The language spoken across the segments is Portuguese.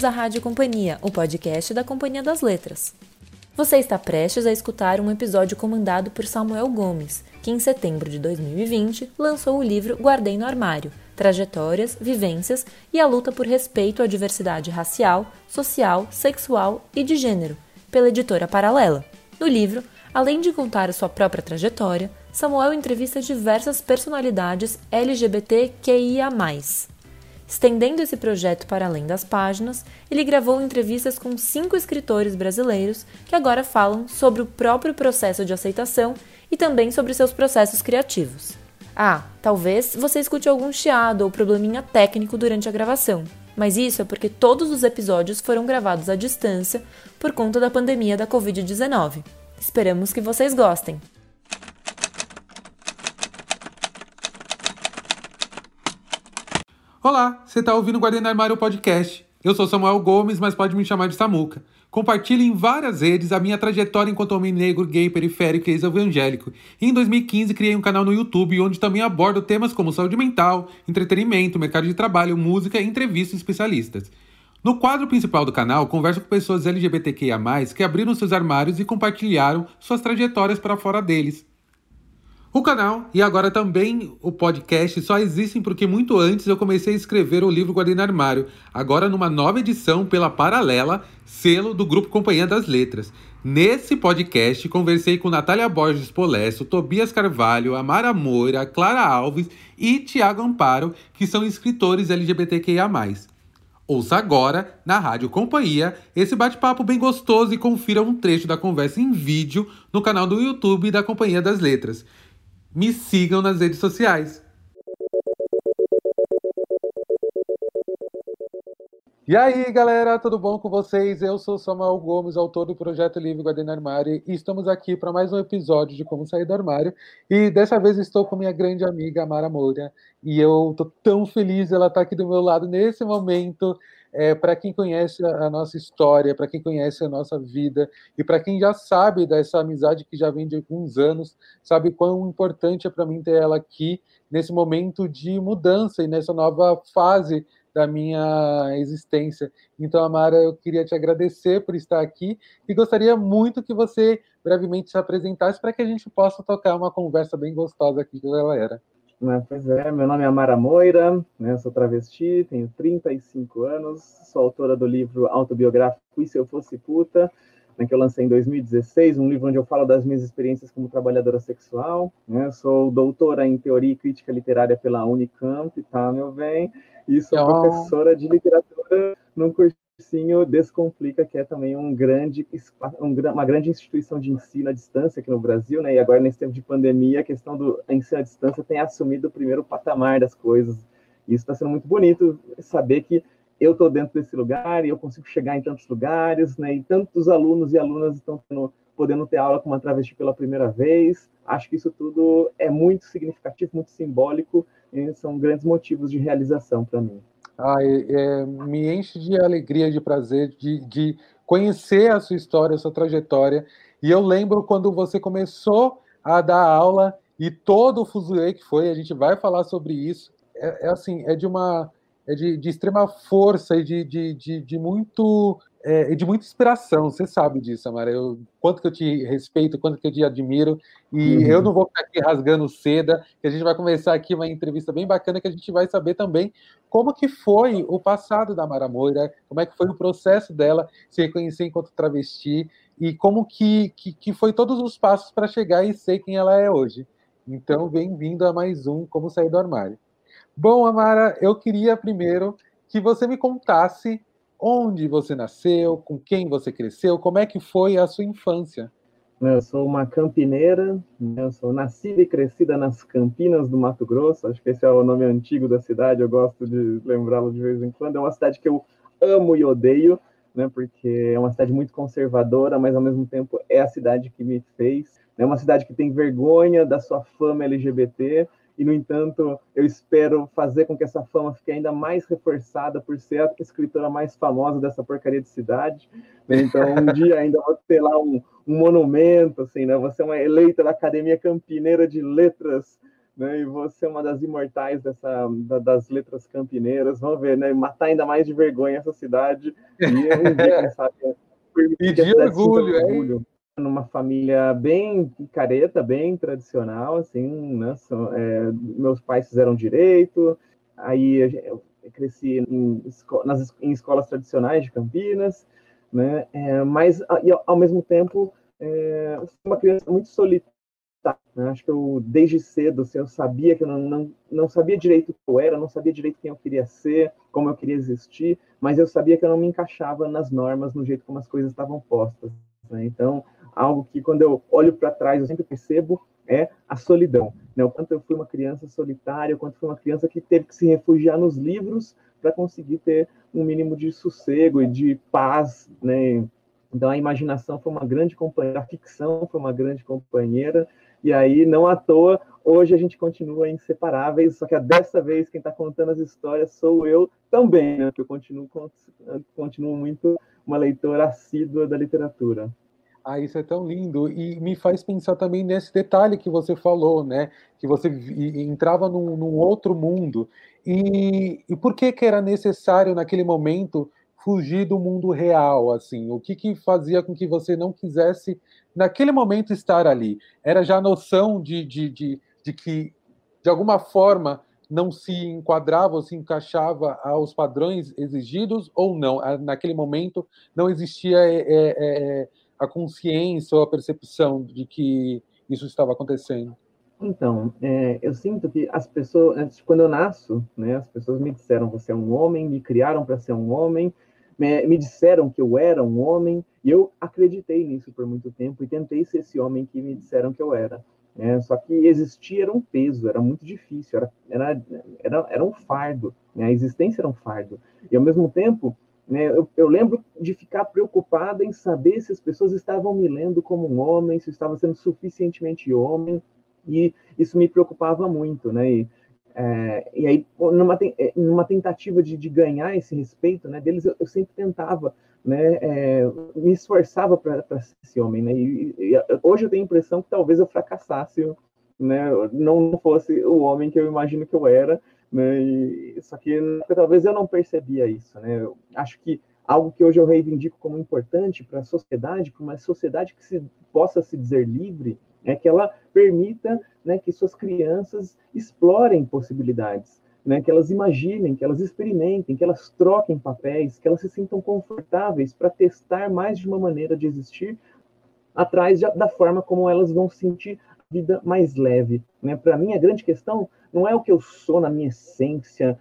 bem-vindos à Rádio Companhia, o podcast da Companhia das Letras. Você está prestes a escutar um episódio comandado por Samuel Gomes, que em setembro de 2020 lançou o livro Guardei no Armário, Trajetórias, Vivências e a Luta por Respeito à Diversidade Racial, Social, Sexual e de Gênero, pela editora Paralela. No livro, além de contar a sua própria trajetória, Samuel entrevista diversas personalidades LGBTQIA+. Estendendo esse projeto para além das páginas, ele gravou entrevistas com 5 escritores brasileiros que agora falam sobre o próprio processo de aceitação e também sobre seus processos criativos. Talvez você escute algum chiado ou probleminha técnico durante a gravação, mas isso é porque todos os episódios foram gravados à distância por conta da pandemia da Covid-19. Esperamos que vocês gostem! Olá, você está ouvindo o Guardei no Armário podcast. Eu sou Samuel Gomes, mas pode me chamar de Samuca. Compartilho em várias redes a minha trajetória enquanto homem negro, gay, periférico e ex-evangélico. E em 2015 criei um canal no YouTube onde também abordo temas como saúde mental, entretenimento, mercado de trabalho, música e entrevistas especialistas. No quadro principal do canal, converso com pessoas LGBTQIA+, que abriram seus armários e compartilharam suas trajetórias para fora deles. O canal e agora também o podcast só existem porque muito antes eu comecei a escrever o livro Guardei no Armário, agora numa nova edição pela Paralela, selo do Grupo Companhia das Letras. Nesse podcast conversei com Natália Borges Polesso, Tobias Carvalho, Amara Moura, Clara Alves e Tiago Amparo, que são escritores LGBTQIA+. Ouça agora, na Rádio Companhia, esse bate-papo bem gostoso e confira um trecho da conversa em vídeo no canal do YouTube da Companhia das Letras. Me sigam nas redes sociais. E aí, galera, tudo bom com vocês? Eu sou Samuel Gomes, autor do Projeto Livre Guardei no Armário, e estamos aqui para mais um episódio de Como Sair do Armário. E dessa vez estou com minha grande amiga, Amara Moura, e eu tô tão feliz ela estar aqui do meu lado nesse momento. Para quem conhece a nossa história, para quem conhece a nossa vida e para quem já sabe dessa amizade que já vem de alguns anos, sabe quão importante é para mim ter ela aqui nesse momento de mudança e nessa nova fase da minha existência. Então, Amara, eu queria te agradecer por estar aqui e gostaria muito que você brevemente se apresentasse para que a gente possa tocar uma conversa bem gostosa aqui com a galera. Pois é, meu nome é Amara Moira, sou travesti, tenho 35 anos, sou autora do livro autobiográfico E Se Eu Fosse Puta, que eu lancei em 2016, um livro onde eu falo das minhas experiências como trabalhadora sexual. Sou doutora em Teoria e Crítica Literária pela Unicamp, tá, meu bem? E sou professora de literatura num cursinho Descomplica, que é também uma grande instituição de ensino à distância aqui no Brasil, né? E agora, nesse tempo de pandemia, a questão do ensino à distância tem assumido o primeiro patamar das coisas. E isso está sendo muito bonito, saber que eu estou dentro desse lugar e eu consigo chegar em tantos lugares, né? E tantos alunos e alunas estão podendo ter aula com uma travesti pela primeira vez. Acho que isso tudo é muito significativo, muito simbólico, e são grandes motivos de realização para mim. Me enche de alegria, de prazer, de conhecer a sua história, a sua trajetória. E eu lembro quando você começou a dar aula e todo o fuzuê que foi, a gente vai falar sobre isso, de extrema força e de muita inspiração. Você sabe disso, Amara. Quanto que eu te respeito, quanto que eu te admiro. E eu não vou ficar aqui rasgando seda, que a gente vai começar aqui uma entrevista bem bacana, que a gente vai saber também como que foi o passado da Amara Moira, como é que foi o processo dela se reconhecer enquanto travesti, e como que foi todos os passos para chegar e ser quem ela é hoje. Então, bem-vindo a mais um Como Sair do Armário. Bom, Amara, eu queria primeiro que você me contasse onde você nasceu, com quem você cresceu, como é que foi a sua infância. Eu sou uma campineira, eu sou nascida e crescida nas Campinas do Mato Grosso, acho que esse é o nome antigo da cidade, eu gosto de lembrá-lo de vez em quando. É uma cidade que eu amo e odeio, porque é uma cidade muito conservadora, mas ao mesmo tempo é a cidade que me fez. É uma cidade que tem vergonha da sua fama LGBT, e, no entanto, eu espero fazer com que essa fama fique ainda mais reforçada por ser a escritora mais famosa dessa porcaria de cidade. Então, um dia ainda vou ter lá um monumento, assim, né? Vou ser uma eleita da Academia Campineira de Letras né? E vou ser uma das imortais das letras campineiras. Vamos ver, né? Matar ainda mais de vergonha essa cidade. E um dia, quem sabe, E permitir que a de cidade sinta orgulho, hein? orgulho. Numa família bem careta, bem tradicional, assim, né? Meus pais fizeram direito, aí eu cresci em escolas tradicionais de Campinas, né? Mas, ao mesmo tempo, eu fui uma criança muito solitária. Né? Acho que eu, desde cedo, assim, eu sabia que eu não sabia direito o que eu era, não sabia direito quem eu queria ser, como eu queria existir, mas eu sabia que eu não me encaixava nas normas, no jeito como as coisas estavam postas. Né? Então, algo que, quando eu olho para trás, eu sempre percebo é a solidão. Né? O quanto eu fui uma criança solitária, o quanto fui uma criança que teve que se refugiar nos livros para conseguir ter um mínimo de sossego e de paz. Né? Então, a imaginação foi uma grande companheira, a ficção foi uma grande companheira, e aí, não à toa, hoje a gente continua inseparáveis, só que dessa vez quem está contando as histórias sou eu também, né? Porque eu continuo muito uma leitora assídua da literatura. Ah, isso é tão lindo. E me faz pensar também nesse detalhe que você falou, né? Que você entrava num outro mundo. E por que que era necessário, naquele momento, fugir do mundo real, assim? O que que fazia com que você não quisesse, naquele momento, estar ali? Era já a noção de que, de alguma forma, não se enquadrava ou se encaixava aos padrões exigidos ou não? Naquele momento, não existia a consciência ou a percepção de que isso estava acontecendo? Então, eu sinto que as pessoas, quando eu nasço, né, as pessoas me disseram, você é um homem, me criaram para ser um homem, me disseram que eu era um homem, e eu acreditei nisso por muito tempo e tentei ser esse homem que me disseram que eu era. Só que existir era um peso, era muito difícil, era um fardo, né? A existência era um fardo. E, ao mesmo tempo, né, eu lembro de ficar preocupada em saber se as pessoas estavam me lendo como um homem, se eu estava sendo suficientemente homem, e isso me preocupava muito, né? E aí, numa tentativa de ganhar esse respeito, né, deles, eu sempre tentava, né, me esforçava para ser esse homem, né? E hoje eu tenho a impressão que talvez eu fracassasse, né? Não fosse o homem que eu imagino que eu era, né? Só que talvez eu não percebia isso, né? Eu acho que algo que hoje eu reivindico como importante para a sociedade, para uma sociedade que possa se dizer livre, é que ela permita, né, que suas crianças explorem possibilidades, né, que elas imaginem, que elas experimentem, que elas troquem papéis, que elas se sintam confortáveis para testar mais de uma maneira de existir atrás da forma como elas vão sentir a vida mais leve. Né? Para mim, a grande questão não é o que eu sou na minha essência,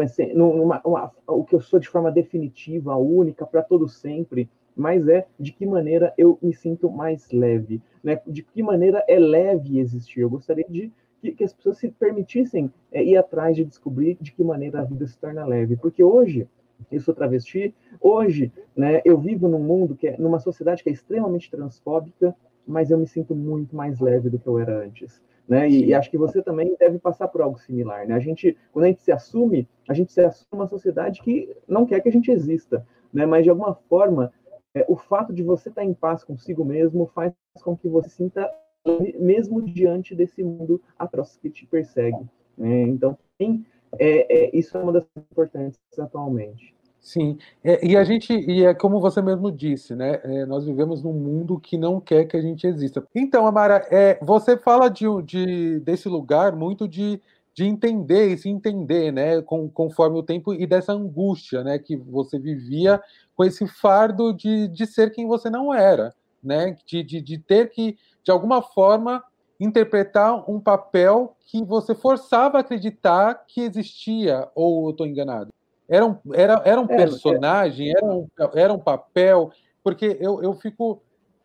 o que eu sou de forma definitiva, única, para todo sempre, mas é de que maneira eu me sinto mais leve, né? De que maneira é leve existir. Eu gostaria que as pessoas se permitissem ir atrás de descobrir de que maneira a vida se torna leve, porque hoje eu sou travesti, hoje, né, eu vivo num mundo numa sociedade que é extremamente transfóbica, mas eu me sinto muito mais leve do que eu era antes. Né? E acho que você também deve passar por algo similar. Né? Quando a gente se assume uma sociedade que não quer que a gente exista. Né? Mas, de alguma forma, o fato de você estar em paz consigo mesmo faz com que você sinta mesmo diante desse mundo atroz que te persegue. Né? Então, isso é uma das coisas importantes atualmente. Sim, e é como você mesmo disse, né? Nós vivemos num mundo que não quer que a gente exista. Então, Amara, você fala desse lugar muito de entender e se entender, né? Conforme o tempo e dessa angústia, né? Que você vivia com esse fardo de ser quem você não era, né? De ter que, de alguma forma, interpretar um papel que você forçava a acreditar que existia, ou eu estou enganado? Era um personagem, era um papel, porque eu fico.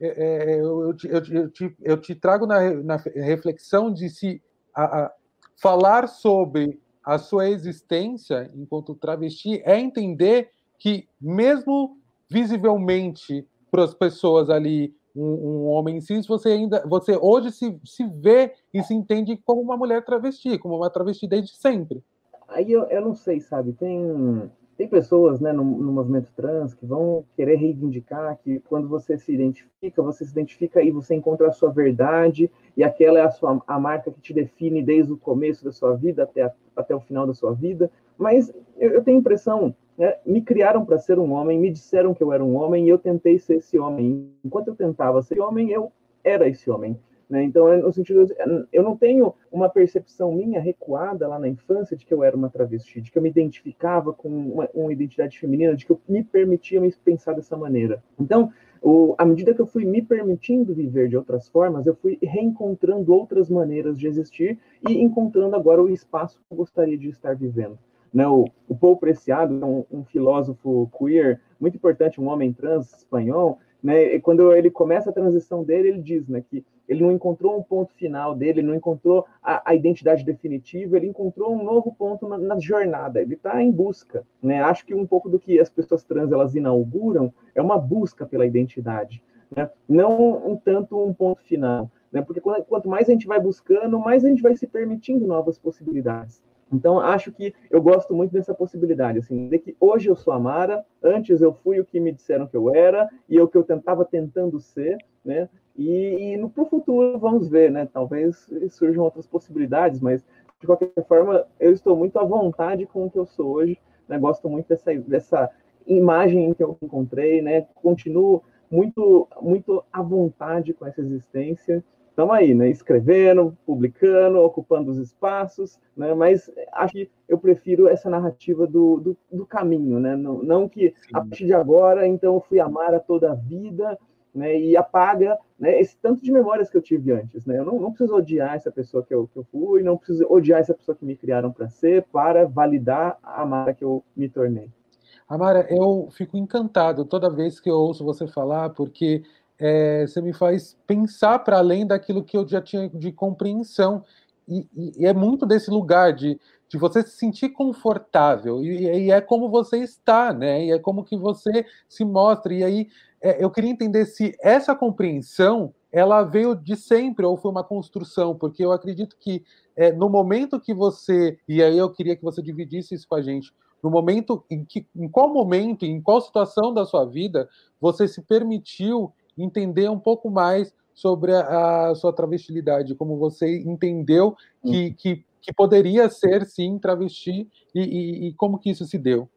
Eu te trago na reflexão de se falar sobre a sua existência enquanto travesti é entender que, mesmo visivelmente para as pessoas ali, um homem cis, você hoje se vê e se entende como uma mulher travesti, como uma travesti desde sempre. Aí eu não sei, sabe? tem pessoas, né, no movimento trans que vão querer reivindicar que quando você se identifica e você encontra a sua verdade, e aquela é a marca que te define desde o começo da sua vida até o final da sua vida. Mas eu tenho a impressão, né, me criaram para ser um homem, me disseram que eu era um homem, e eu tentei ser esse homem. Enquanto eu tentava ser homem, eu era esse homem. Né? Então, no sentido, eu não tenho uma percepção minha recuada lá na infância de que eu era uma travesti, de que eu me identificava com uma identidade feminina, de que eu me permitia me pensar dessa maneira. Então, à medida que eu fui me permitindo viver de outras formas, eu fui reencontrando outras maneiras de existir e encontrando agora o espaço que eu gostaria de estar vivendo. Né, o Paul Preciado, um filósofo queer muito importante, um homem trans espanhol, né, e quando ele começa a transição dele, ele diz, né, que ele não encontrou um ponto final dele, ele não encontrou a identidade definitiva, ele encontrou um novo ponto na jornada, ele está em busca. Né? Acho que um pouco do que as pessoas trans elas inauguram é uma busca pela identidade, né? Não tanto um ponto final. Né? Porque quanto mais a gente vai buscando, mais a gente vai se permitindo novas possibilidades. Então, acho que eu gosto muito dessa possibilidade, assim, de que hoje eu sou a Mara, antes eu fui o que me disseram que eu era, e o que eu estava tentando ser, né? E no futuro, vamos ver, né? Talvez surjam outras possibilidades, mas, de qualquer forma, eu estou muito à vontade com o que eu sou hoje, né? Gosto muito dessa imagem que eu encontrei, né? Continuo muito, muito à vontade com essa existência. Estamos aí, né? Escrevendo, publicando, ocupando os espaços, né? Mas acho que eu prefiro essa narrativa do caminho, né? Não que a partir de agora, então eu fui amar a toda a vida, né? E apaga, né, esse tanto de memórias que eu tive antes, né? Eu não preciso odiar essa pessoa que eu fui, não preciso odiar essa pessoa que me criaram para ser, para validar a Mara que eu me tornei. Amara, eu fico encantado toda vez que eu ouço você falar, porque você me faz pensar para além daquilo que eu já tinha de compreensão. E é muito desse lugar de você se sentir confortável. E é como você está, né? E é como que você se mostra. E aí eu queria entender se essa compreensão ela veio de sempre ou foi uma construção, porque eu acredito que no momento que você... E aí eu queria que você dividisse isso com a gente. No momento em qual momento, em qual situação da sua vida você se permitiu entender um pouco mais sobre a sua travestilidade, como você entendeu que poderia ser, sim, travesti, e como que isso se deu?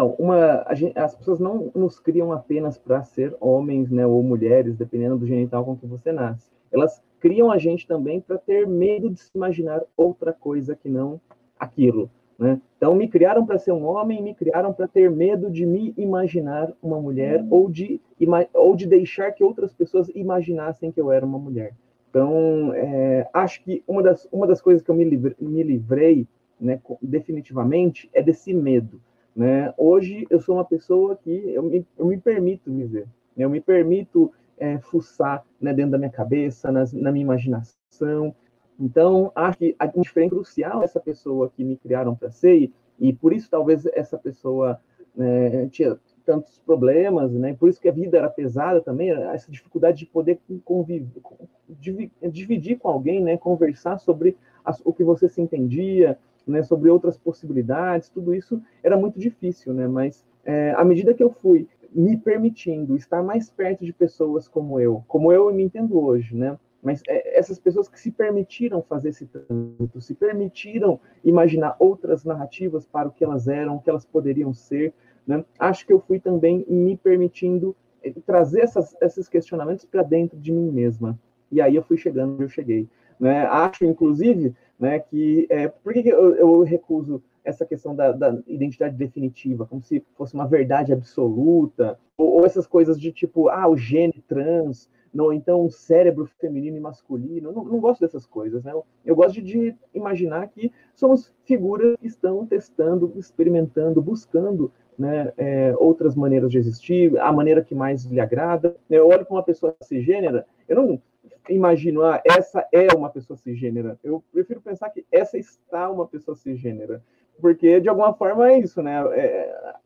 As pessoas não nos criam apenas para ser homens, né, ou mulheres, dependendo do genital com que você nasce. Elas criam a gente também para ter medo de se imaginar outra coisa que não aquilo. Né? Então, me criaram para ser um homem, me criaram para ter medo de me imaginar uma mulher ou de deixar que outras pessoas imaginassem que eu era uma mulher. Então, acho que uma das coisas que eu me livrei, né, definitivamente, é desse medo. Né? Hoje, eu sou uma pessoa que eu me permito viver. Né? Eu me permito fuçar, né, dentro da minha cabeça, na minha imaginação. Então, acho que a diferença crucial dessa pessoa que me criaram para ser, e por isso talvez essa pessoa tinha tantos problemas, né? Por isso que a vida era pesada também, essa dificuldade de poder conviver, dividir com alguém, né? Conversar sobre o que você se entendia, né? Sobre outras possibilidades, tudo isso era muito difícil, né? Mas à medida que eu fui me permitindo estar mais perto de pessoas como eu me entendo hoje, né? Mas essas pessoas que se permitiram fazer esse trânsito, se permitiram imaginar outras narrativas para o que elas eram, o que elas poderiam ser, né? Acho que eu fui também me permitindo trazer esses questionamentos para dentro de mim mesma. E aí eu fui chegando onde eu cheguei. Né? Acho, inclusive, né, que... por que eu recuso essa questão da identidade definitiva, como se fosse uma verdade absoluta, ou essas coisas de tipo, o gene trans, não, então um cérebro feminino e masculino, não gosto dessas coisas, né? Eu gosto de imaginar que somos figuras que estão testando, experimentando, buscando, né, outras maneiras de existir, a maneira que mais lhe agrada. Eu olho para uma pessoa cisgênera, eu não imagino, essa é uma pessoa cisgênera. Eu prefiro pensar que essa está uma pessoa cisgênera, porque de alguma forma é isso, né?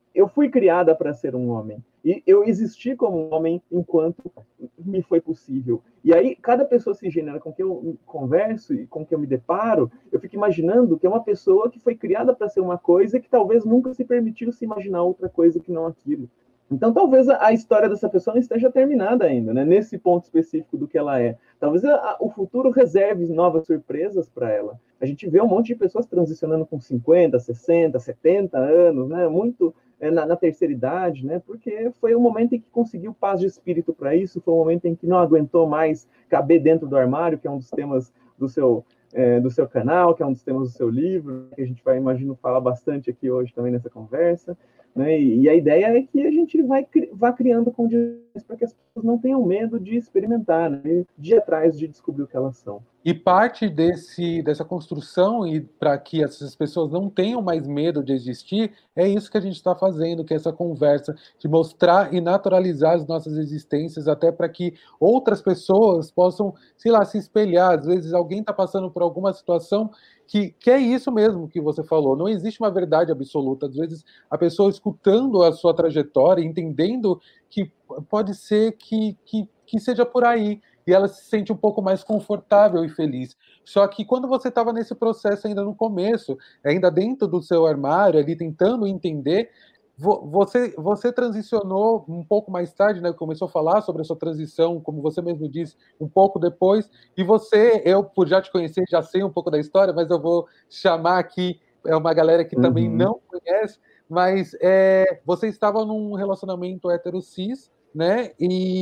eu fui criada para ser um homem. E eu existi como um homem enquanto me foi possível. E aí, cada pessoa cisgênera com quem eu converso e com quem eu me deparo, eu fico imaginando que é uma pessoa que foi criada para ser uma coisa e que talvez nunca se permitiu se imaginar outra coisa que não aquilo. Então, talvez a história dessa pessoa não esteja terminada ainda, né? Nesse ponto específico do que ela é. Talvez o futuro reserve novas surpresas para ela. A gente vê um monte de pessoas transicionando com 50, 60, 70 anos, né? Muito na terceira idade, né? Porque foi o momento em que conseguiu paz de espírito para isso, foi o momento em que não aguentou mais caber dentro do armário, que é um dos temas do seu canal, que é um dos temas do seu livro, que a gente vai, imagino, falar bastante aqui hoje também nessa conversa. Né? E a ideia é que a gente vá criando condições para que as pessoas não tenham medo de experimentar, né? De ir atrás de descobrir o que elas são. E parte dessa construção, e para que essas pessoas não tenham mais medo de existir, é isso que a gente está fazendo, que é essa conversa, de mostrar e naturalizar as nossas existências, até para que outras pessoas possam, sei lá, se espelhar. Às vezes alguém está passando por alguma situação que é isso mesmo que você falou, não existe uma verdade absoluta. Às vezes a pessoa escutando a sua trajetória, entendendo que pode ser que seja por aí, e ela se sente um pouco mais confortável e feliz. Só que quando você estava nesse processo ainda no começo, ainda dentro do seu armário, ali tentando entender, você transicionou um pouco mais tarde, né? Começou a falar sobre a sua transição, como você mesmo disse, um pouco depois. E eu, por já te conhecer, já sei um pouco da história, mas eu vou chamar aqui uma galera que também não conhece, mas você estava num relacionamento hetero-cis, né?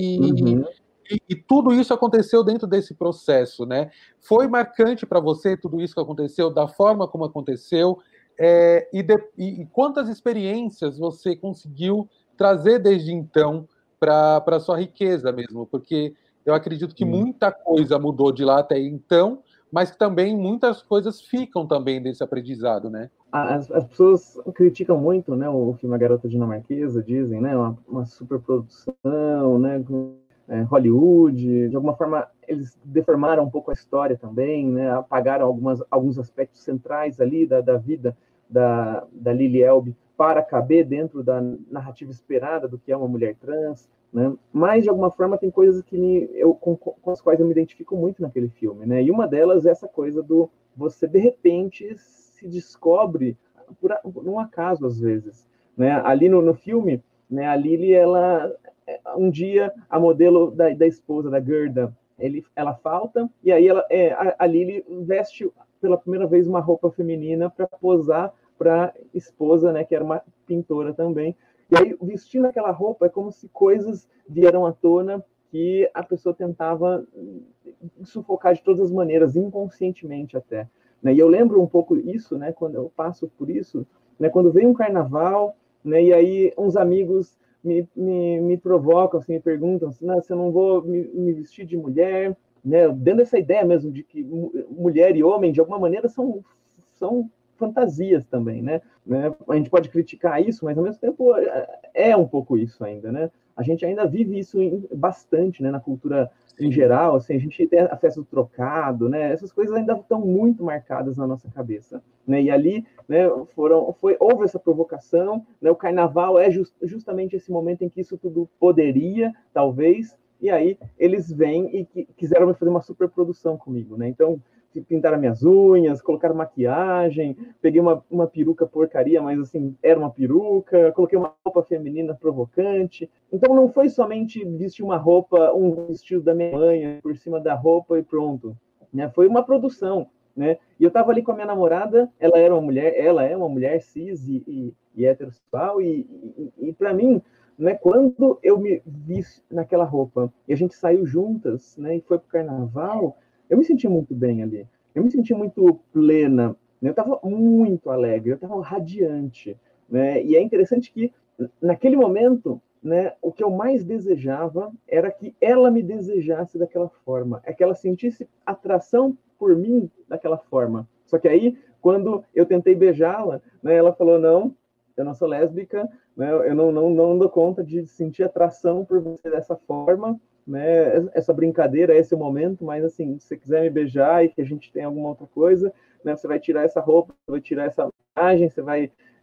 E tudo isso aconteceu dentro desse processo, né? Foi marcante para você tudo isso que aconteceu, da forma como aconteceu, e quantas experiências você conseguiu trazer desde então para a sua riqueza mesmo? Porque eu acredito que muita coisa mudou de lá até então, mas que também muitas coisas ficam também desse aprendizado, né? As pessoas criticam muito, né, o filme A Garota Dinamarquesa, dizem, né, uma superprodução, né, Hollywood, de alguma forma eles deformaram um pouco a história também, né, apagaram alguns aspectos centrais ali da vida da Lily Elbe para caber dentro da narrativa esperada do que é uma mulher trans, né, mas de alguma forma tem coisas com as quais eu me identifico muito naquele filme, né, e uma delas é essa coisa do você de repente se descobre por um acaso às vezes, né, ali no filme, né, a Lily, ela um dia a modelo da esposa da Gerda, ela falta, e aí a Lily veste pela primeira vez uma roupa feminina para posar para a esposa, né, que era uma pintora também. E aí, vestindo aquela roupa, é como se coisas vieram à tona que a pessoa tentava sufocar de todas as maneiras, inconscientemente até. Né? E eu lembro um pouco isso, né, quando eu passo por isso, né, quando vem um carnaval, né, e aí uns amigos me provocam, assim, me perguntam assim, se eu não vou me vestir de mulher, né, dando essa ideia mesmo de que mulher e homem, de alguma maneira, são fantasias também, né? A gente pode criticar isso, mas ao mesmo tempo é um pouco isso ainda, né? A gente ainda vive isso bastante, né, na cultura em geral, assim, a gente tem a festa do trocado, né? Essas coisas ainda estão muito marcadas na nossa cabeça, né? E ali, né, houve essa provocação, né? O carnaval é justamente esse momento em que isso tudo poderia, talvez, e aí eles vêm e quiseram fazer uma superprodução comigo, né? Então, pintaram minhas unhas, colocaram maquiagem, peguei uma peruca porcaria, mas assim, era uma peruca, coloquei uma roupa feminina provocante. Então não foi somente vestir uma roupa, um vestido da minha mãe por cima da roupa e pronto, né? Foi uma produção, né? E eu tava ali com a minha namorada, ela é uma mulher cis e heterossexual, e para mim, né, quando eu me vi naquela roupa e a gente saiu juntas, né, e foi pro carnaval, eu me senti muito bem ali. Eu me senti muito plena. Né? Eu estava muito alegre, eu estava radiante. Né? E é interessante que, naquele momento, né, o que eu mais desejava era que ela me desejasse daquela forma. É que ela sentisse atração por mim daquela forma. Só que aí, quando eu tentei beijá-la, né, ela falou, não, eu não sou lésbica, né, eu não dou conta de sentir atração por você dessa forma, né, essa brincadeira, esse é o momento, mas assim, se você quiser me beijar e que a gente tem alguma outra coisa, né, você vai tirar essa roupa, você vai tirar essa maquiagem, você vai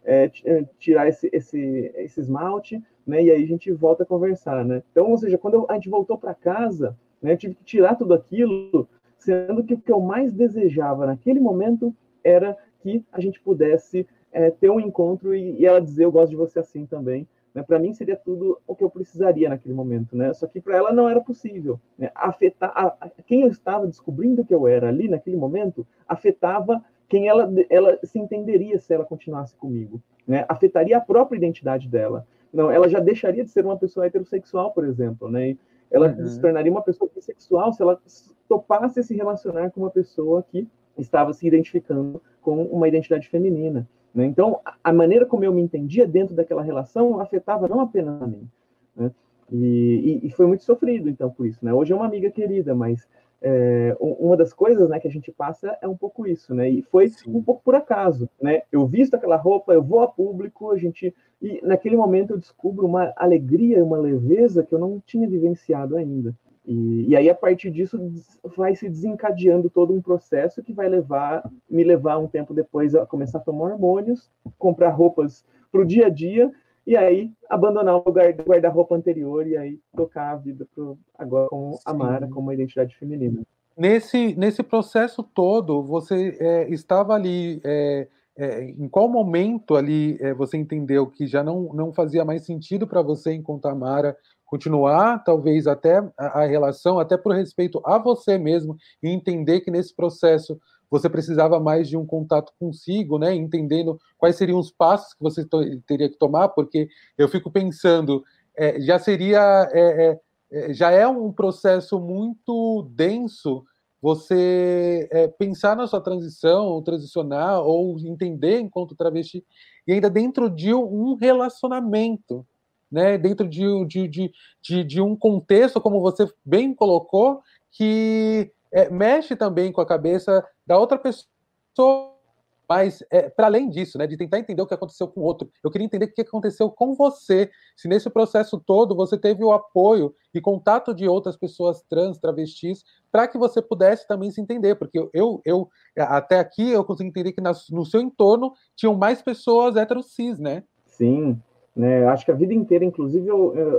tirar esse esmalte, né? E aí a gente volta a conversar, né? Então, ou seja, quando a gente voltou para casa, né, eu tive que tirar tudo aquilo, sendo que o que eu mais desejava naquele momento era que a gente pudesse ter um encontro e ela dizer eu gosto de você assim também. Né? Para mim seria tudo o que eu precisaria naquele momento, né? Só que para ela não era possível. Né? Afetar quem eu estava descobrindo que eu era ali naquele momento afetava quem ela se entenderia se ela continuasse comigo, né? Afetaria a própria identidade dela. Não, ela já deixaria de ser uma pessoa heterossexual, por exemplo, né? Ela se tornaria uma pessoa bissexual se ela topasse se relacionar com uma pessoa que estava se identificando com uma identidade feminina. Né? Então, a maneira como eu me entendia dentro daquela relação afetava não apenas a mim. Né? E foi muito sofrido, então, por isso. Né? Hoje é uma amiga querida, mas uma das coisas, né, que a gente passa é um pouco isso, né? E foi um pouco por acaso, né? Eu visto aquela roupa, eu vou a público, e naquele momento eu descubro uma alegria, uma leveza que eu não tinha vivenciado ainda. E aí, a partir disso, vai se desencadeando todo um processo que vai me levar um tempo depois a começar a tomar hormônios, comprar roupas para o dia a dia, e aí abandonar o guarda-roupa anterior e aí tocar a vida agora como Amara, como uma identidade feminina. Nesse processo todo, você estava ali... em qual momento ali você entendeu que já não fazia mais sentido para você, enquanto Amara, continuar, talvez até a relação, até por respeito a você mesmo, e entender que nesse processo você precisava mais de um contato consigo, né? Entendendo quais seriam os passos que você teria que tomar, porque eu fico pensando, já é um processo muito denso você pensar na sua transição, ou transicionar, ou entender enquanto travesti, e ainda dentro de um relacionamento, né? Dentro de um contexto, como você bem colocou, que mexe também com a cabeça da outra pessoa. Mas, para além disso, né, de tentar entender o que aconteceu com o outro, eu queria entender o que aconteceu com você. Se nesse processo todo você teve o apoio e contato de outras pessoas trans, travestis, para que você pudesse também se entender. Porque eu até aqui, eu consigo entender que no seu entorno tinham mais pessoas cis, né? Sim, né? Acho que a vida inteira, inclusive,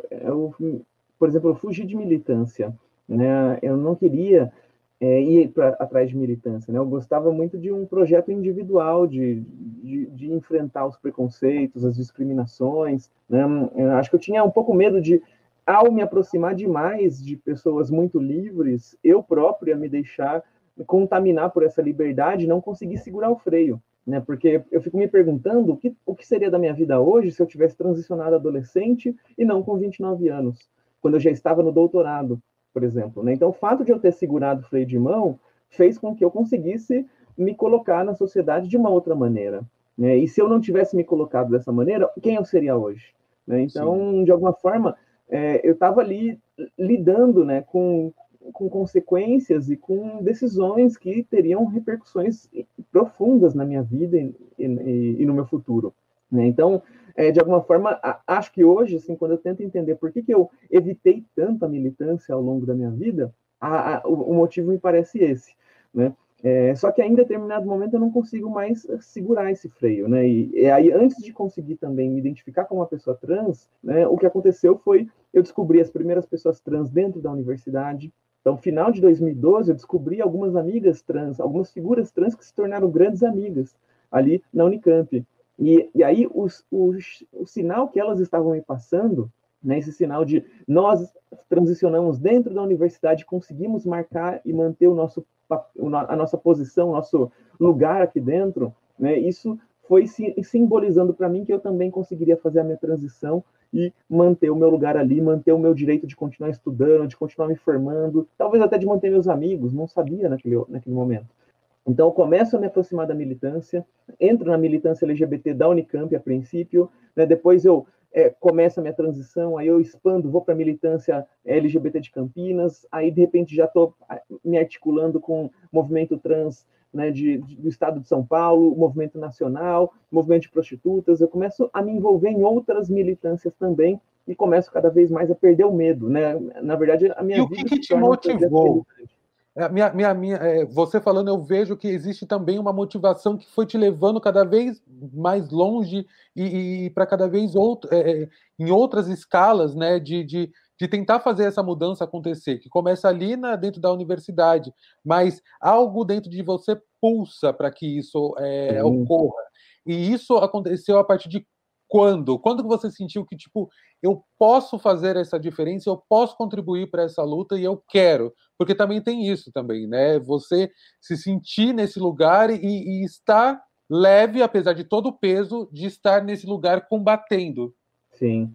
por exemplo, eu fugi de militância. Né? Eu não queria ir atrás de militância. Né? Eu gostava muito de um projeto individual, de enfrentar os preconceitos, as discriminações. Né? Eu acho que eu tinha um pouco medo de, ao me aproximar demais de pessoas muito livres, eu própria me deixar contaminar por essa liberdade e não conseguir segurar o freio. Né? Porque eu fico me perguntando o que seria da minha vida hoje se eu tivesse transicionado adolescente e não com 29 anos, quando eu já estava no doutorado, por exemplo. Né? Então, o fato de eu ter segurado o freio de mão fez com que eu conseguisse me colocar na sociedade de uma outra maneira. Né? E se eu não tivesse me colocado dessa maneira, quem eu seria hoje? Né? Então, sim, de alguma forma, eu estava ali lidando, né, com consequências e com decisões que teriam repercussões profundas na minha vida e no meu futuro. Né? Então, de alguma forma, acho que hoje, assim, quando eu tento entender por que eu evitei tanto a militância ao longo da minha vida, o motivo me parece esse. Né? Só que em determinado momento eu não consigo mais segurar esse freio. Né? E aí, antes de conseguir também me identificar como uma pessoa trans, né, o que aconteceu foi eu descobri as primeiras pessoas trans dentro da universidade. Então, no final de 2012, eu descobri algumas amigas trans, algumas figuras trans que se tornaram grandes amigas ali na Unicamp. E aí, o sinal que elas estavam me passando, né, esse sinal de nós transicionamos dentro da universidade, conseguimos marcar e manter a nossa posição, nosso lugar aqui dentro, né, isso foi simbolizando para mim que eu também conseguiria fazer a minha transição e manter o meu lugar ali, manter o meu direito de continuar estudando, de continuar me formando, talvez até de manter meus amigos, não sabia naquele momento. Então, eu começo a me aproximar da militância, entro na militância LGBT da Unicamp a princípio, né, depois eu começo a minha transição, aí eu expando, vou para a militância LGBT de Campinas, aí de repente já estou me articulando com o movimento trans, né, do estado de São Paulo, movimento nacional, movimento de prostitutas, eu começo a me envolver em outras militâncias também e começo cada vez mais a perder o medo. Né? Na verdade, a minha vida... E o que te motivou? Você falando, eu vejo que existe também uma motivação que foi te levando cada vez mais longe e para cada vez em outras escalas, né, de tentar fazer essa mudança acontecer, que começa ali dentro da universidade, mas algo dentro de você pulsa para que isso ocorra. E isso aconteceu a partir de quando? Quando que você sentiu que, tipo, eu posso fazer essa diferença, eu posso contribuir para essa luta e eu quero? Porque também tem isso também, né? Você se sentir nesse lugar e estar leve, apesar de todo o peso, de estar nesse lugar combatendo. Sim.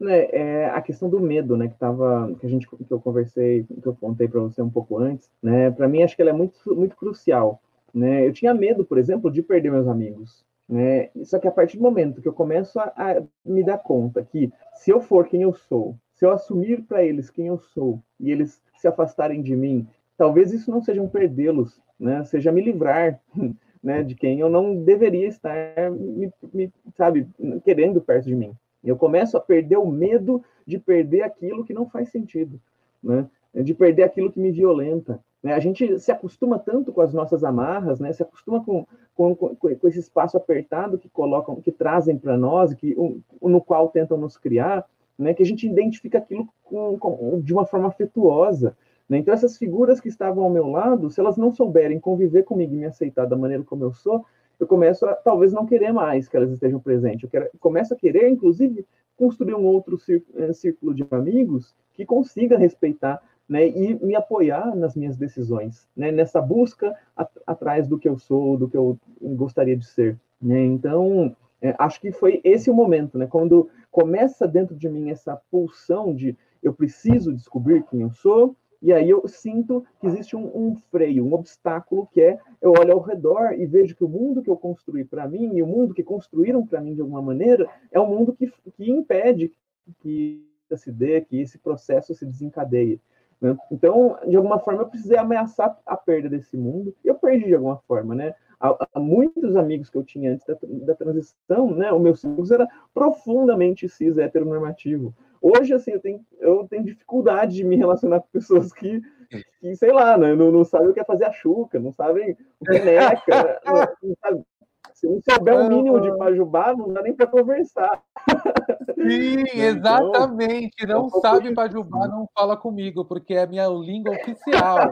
É a questão do medo, né, que eu conversei, que eu contei para você um pouco antes, né? Para mim acho que ela é muito crucial, né? Eu tinha medo, por exemplo, de perder meus amigos, né? Só que a partir do momento que eu começo a me dar conta que se eu for quem eu sou, se eu assumir para eles quem eu sou e eles se afastarem de mim, talvez isso não seja um perdê-los, né? Seja me livrar, né, de quem eu não deveria estar sabe, querendo perto de mim. Eu começo a perder o medo de perder aquilo que não faz sentido, né? De perder aquilo que me violenta. Né? A gente se acostuma tanto com as nossas amarras, né? Se acostuma com esse espaço apertado que colocam, que trazem para nós, no qual tentam nos criar, né? Que a gente identifica aquilo de uma forma afetuosa. Né? Então, essas figuras que estavam ao meu lado, se elas não souberem conviver comigo e me aceitar da maneira como eu sou, eu começo a talvez não querer mais que elas estejam presentes. Começo a querer, inclusive, construir um outro círculo de amigos que consiga respeitar, né, e me apoiar nas minhas decisões, né, nessa busca atrás do que eu sou, do que eu gostaria de ser. Né? Então, acho que foi esse o momento, né, quando começa dentro de mim essa pulsão de eu preciso descobrir quem eu sou, e aí eu sinto que existe um freio, um obstáculo, que eu olho ao redor e vejo que o mundo que eu construí para mim e o mundo que construíram para mim de alguma maneira é um mundo que impede que se dê, que esse processo se desencadeie. Né? Então, de alguma forma, eu precisei ameaçar a perda desse mundo. Eu perdi de alguma forma, né? Há muitos amigos que eu tinha antes da transição, né? O meu círculo era profundamente cis heteronormativo. Hoje, assim, eu tenho dificuldade de me relacionar com pessoas que sei lá, né, não sabem o que é fazer a chuca, não sabem o que é neca, não sabe, se não souber o mínimo de pajubá, não dá nem para conversar. Sim, exatamente. Então, Não sabe pajubá, não fala comigo, porque é a minha língua oficial.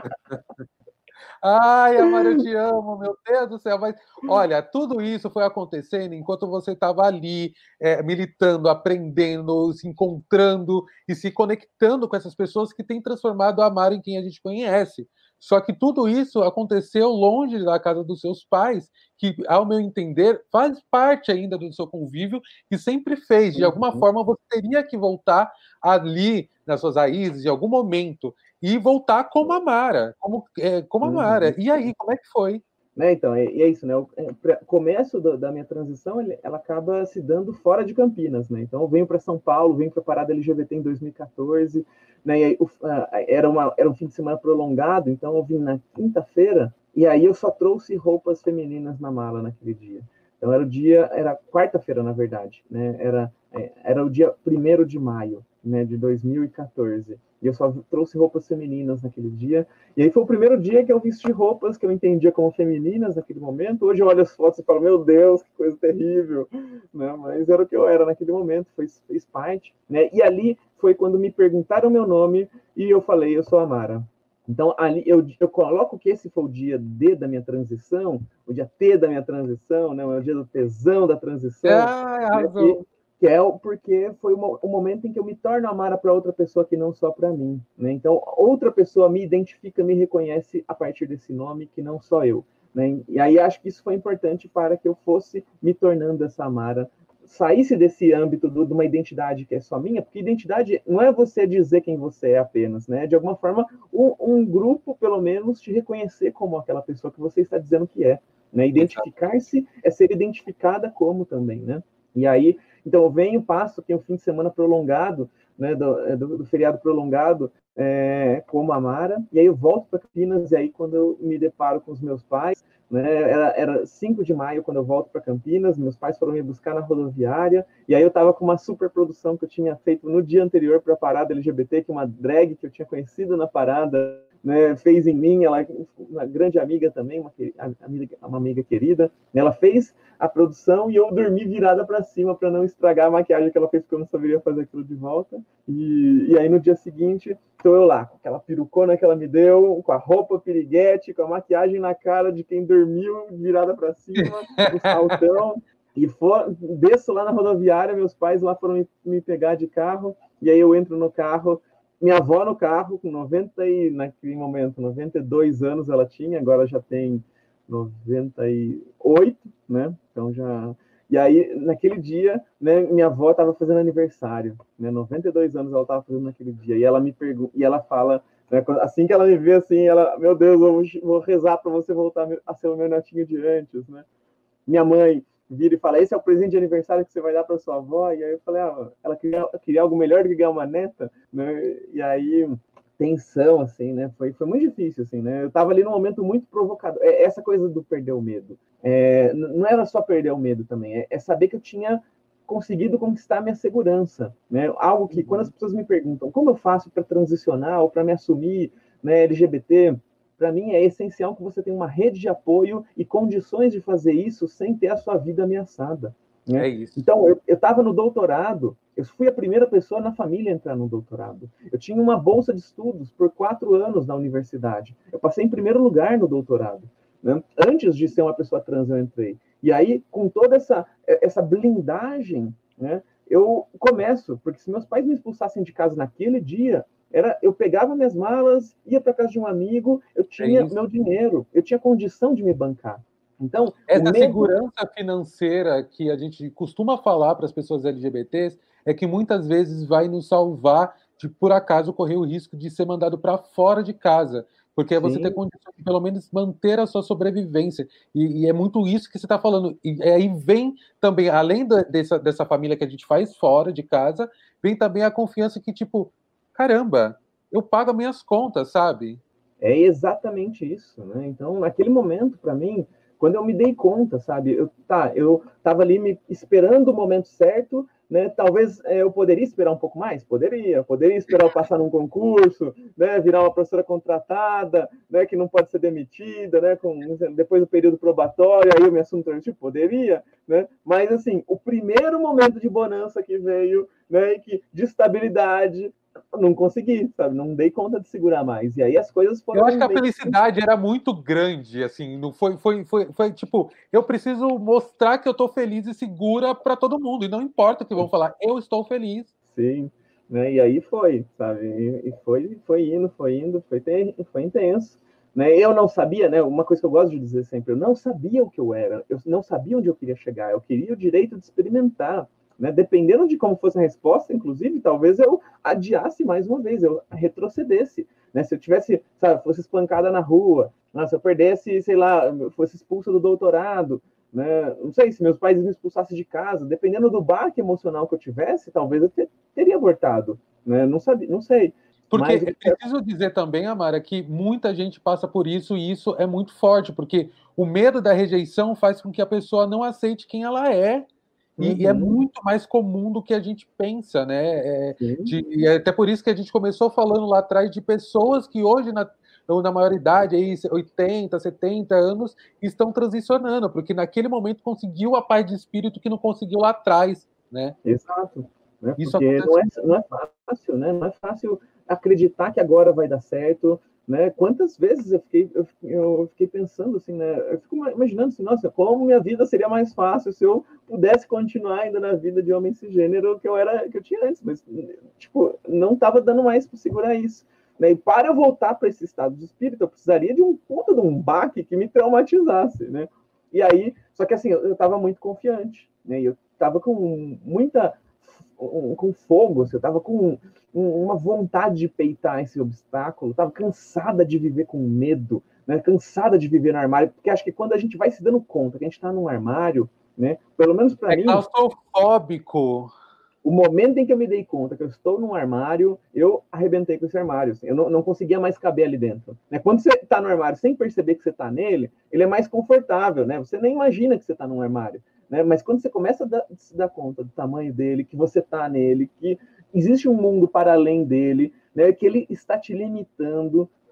Ai, Amara, eu te amo, meu Deus do céu. Mas, olha, tudo isso foi acontecendo enquanto você estava ali, militando, aprendendo, se encontrando e se conectando com essas pessoas que têm transformado a Amara em quem a gente conhece. Só que tudo isso aconteceu longe da casa dos seus pais, que, ao meu entender, faz parte ainda do seu convívio e sempre fez. De alguma forma, você teria que voltar ali nas suas raízes, em algum momento, e voltar como a Mara, como a Mara. E aí, como é que foi? Né, então, e é isso, né? O começo da minha transição, ela acaba se dando fora de Campinas, né? Então, eu venho para São Paulo, venho para a Parada LGBT em 2014, né? E aí, era um fim de semana prolongado, então eu vim na quinta-feira, e aí eu só trouxe roupas femininas na mala naquele dia. Então, era quarta-feira, na verdade, né? Era o dia 1º de maio, né, de 2014. E eu só trouxe roupas femininas naquele dia. E aí foi o primeiro dia que eu vesti roupas que eu entendia como femininas naquele momento. Hoje eu olho as fotos e falo, meu Deus, que coisa terrível. Né? Mas era o que eu era naquele momento, fez parte. Né? E ali foi quando me perguntaram meu nome e eu falei, eu sou a Mara. Então, ali eu coloco que esse foi o dia D da minha transição, o dia T da minha transição, né? O dia do tesão da transição. Né? Que é porque foi o momento em que eu me torno Amara para outra pessoa que não só para mim. Né? Então, outra pessoa me identifica, me reconhece a partir desse nome, que não só eu. Né? E aí acho que isso foi importante para que eu fosse me tornando essa Amara, saísse desse âmbito de uma identidade que é só minha, porque identidade não é você dizer quem você é apenas, né? De alguma forma, um grupo, pelo menos, te reconhecer como aquela pessoa que você está dizendo que é. Né? Identificar-se é ser identificada como também, né? E aí, então eu venho, passo, tenho um fim de semana prolongado, né, do feriado prolongado, como Amara, e aí eu volto para Campinas, e aí quando eu me deparo com os meus pais, né, era 5 de maio quando eu volto para Campinas, meus pais foram me buscar na rodoviária, e aí eu estava com uma super produção que eu tinha feito no dia anterior para a parada LGBT, que é uma drag que eu tinha conhecido na parada, né, fez em mim, ela uma grande amiga também, uma amiga querida, ela fez a produção e eu dormi virada para cima para não estragar a maquiagem que ela fez, porque eu não saberia fazer aquilo de volta. E aí no dia seguinte, estou eu lá, com aquela perucona que ela me deu, com a roupa piriguete, com a maquiagem na cara de quem dormiu virada para cima, com o saltão. E desço lá na rodoviária, meus pais lá foram me pegar de carro, e aí eu entro no carro, minha avó no carro, com naquele momento, 92 anos ela tinha, agora já tem 98, né? Então já... E aí, naquele dia, né, minha avó estava fazendo aniversário, né? 92 anos ela estava fazendo naquele dia, e ela me pergunta, e ela fala, né, assim que ela me vê assim, ela, meu Deus, eu vou rezar para você voltar a ser o meu netinho de antes, né? Minha mãe vira e fala, esse é o presente de aniversário que você vai dar para sua avó? E aí eu falei, ela queria algo melhor do que ganhar uma neta, né? E aí, tensão, assim, né? Foi muito difícil, assim, né? Eu tava ali num momento muito provocador. Essa coisa do perder o medo. Não era só perder o medo também, é saber que eu tinha conseguido conquistar a minha segurança, né? Algo que, quando as pessoas me perguntam como eu faço para transicionar ou para me assumir, né, LGBT, para mim é essencial que você tenha uma rede de apoio e condições de fazer isso sem ter a sua vida ameaçada, né? É isso. Então, eu estava no doutorado, eu fui a primeira pessoa na família a entrar no doutorado. Eu tinha uma bolsa de estudos por 4 anos na universidade. Eu passei em primeiro lugar no doutorado, né? Antes de ser uma pessoa trans, eu entrei. E aí, com toda essa blindagem, né, eu começo, porque se meus pais me expulsassem de casa naquele dia, eu pegava minhas malas, ia para casa de um amigo, eu tinha meu dinheiro, eu tinha condição de me bancar. Então, essa segurança financeira que a gente costuma falar para as pessoas LGBTs é que muitas vezes vai nos salvar de, por acaso, correr o risco de ser mandado para fora de casa, porque é você ter condição de, pelo menos, manter a sua sobrevivência. E é muito isso que você está falando. E aí vem também, além dessa família que a gente faz fora de casa, vem também a confiança que, tipo, caramba, eu pago as minhas contas, sabe? É exatamente isso, né? Então, naquele momento, para mim, quando eu me dei conta, sabe? Eu estava ali esperando o momento certo, né? Talvez eu poderia esperar um pouco mais? Poderia esperar eu passar num concurso, né? Virar uma professora contratada, né? Que não pode ser demitida, né? Depois do período probatório, aí eu me assumo transitivo, poderia, né? Mas, assim, o primeiro momento de bonança que veio, né? De estabilidade, não consegui, sabe? Não dei conta de segurar mais. E aí as coisas foram... Eu acho que a felicidade era muito grande, assim, não foi tipo, eu preciso mostrar que eu tô feliz e segura para todo mundo, e não importa o que vão falar, eu estou feliz. Sim, né? E aí foi, sabe? E foi indo, foi intenso. Né? Eu não sabia, né? Uma coisa que eu gosto de dizer sempre, eu não sabia o que eu era, eu não sabia onde eu queria chegar, eu queria o direito de experimentar. Né? Dependendo de como fosse a resposta, inclusive, talvez eu adiasse mais uma vez, eu retrocedesse. Né? Se eu tivesse, sabe, fosse espancada na rua, se eu perdesse, sei lá, fosse expulso do doutorado, né? Não sei, se meus pais me expulsassem de casa, dependendo do baque emocional que eu tivesse, talvez eu teria abortado. Né? Não sei. Porque é preciso dizer também, Amara, que muita gente passa por isso e isso é muito forte, porque o medo da rejeição faz com que a pessoa não aceite quem ela é. E é muito mais comum do que a gente pensa, né? E é até por isso que a gente começou falando lá atrás de pessoas que hoje, na maioridade, aí, 80, 70 anos, estão transicionando, porque naquele momento conseguiu a paz de espírito que não conseguiu lá atrás, né? Exato. Né? Isso porque não é fácil, né? Não é fácil acreditar que agora vai dar certo. Né? Quantas vezes eu fiquei pensando assim, né? Eu fico imaginando assim, nossa, como minha vida seria mais fácil se eu pudesse continuar ainda na vida de homem cisgênero que eu tinha antes, mas tipo, não estava dando mais para segurar isso. Né? E para eu voltar para esse estado de espírito, eu precisaria de um baque que me traumatizasse, né? E aí, só que assim, eu estava muito confiante, né? E eu estava com com fogo, assim, eu estava com uma vontade de peitar esse obstáculo, estava cansada de viver com medo, né? Cansada de viver no armário, porque acho que quando a gente vai se dando conta que a gente está num armário, né? Pelo menos para mim... É claustrofóbico. O momento em que eu me dei conta que eu estou num armário, eu arrebentei com esse armário. Assim, eu não conseguia mais caber ali dentro. Né? Quando você está no armário sem perceber que você está nele, ele é mais confortável, né? Você nem imagina que você está num armário. Né? Mas quando você começa a se dar conta do tamanho dele, que você está nele, que existe um mundo para além dele, né? Que ele está te limitando,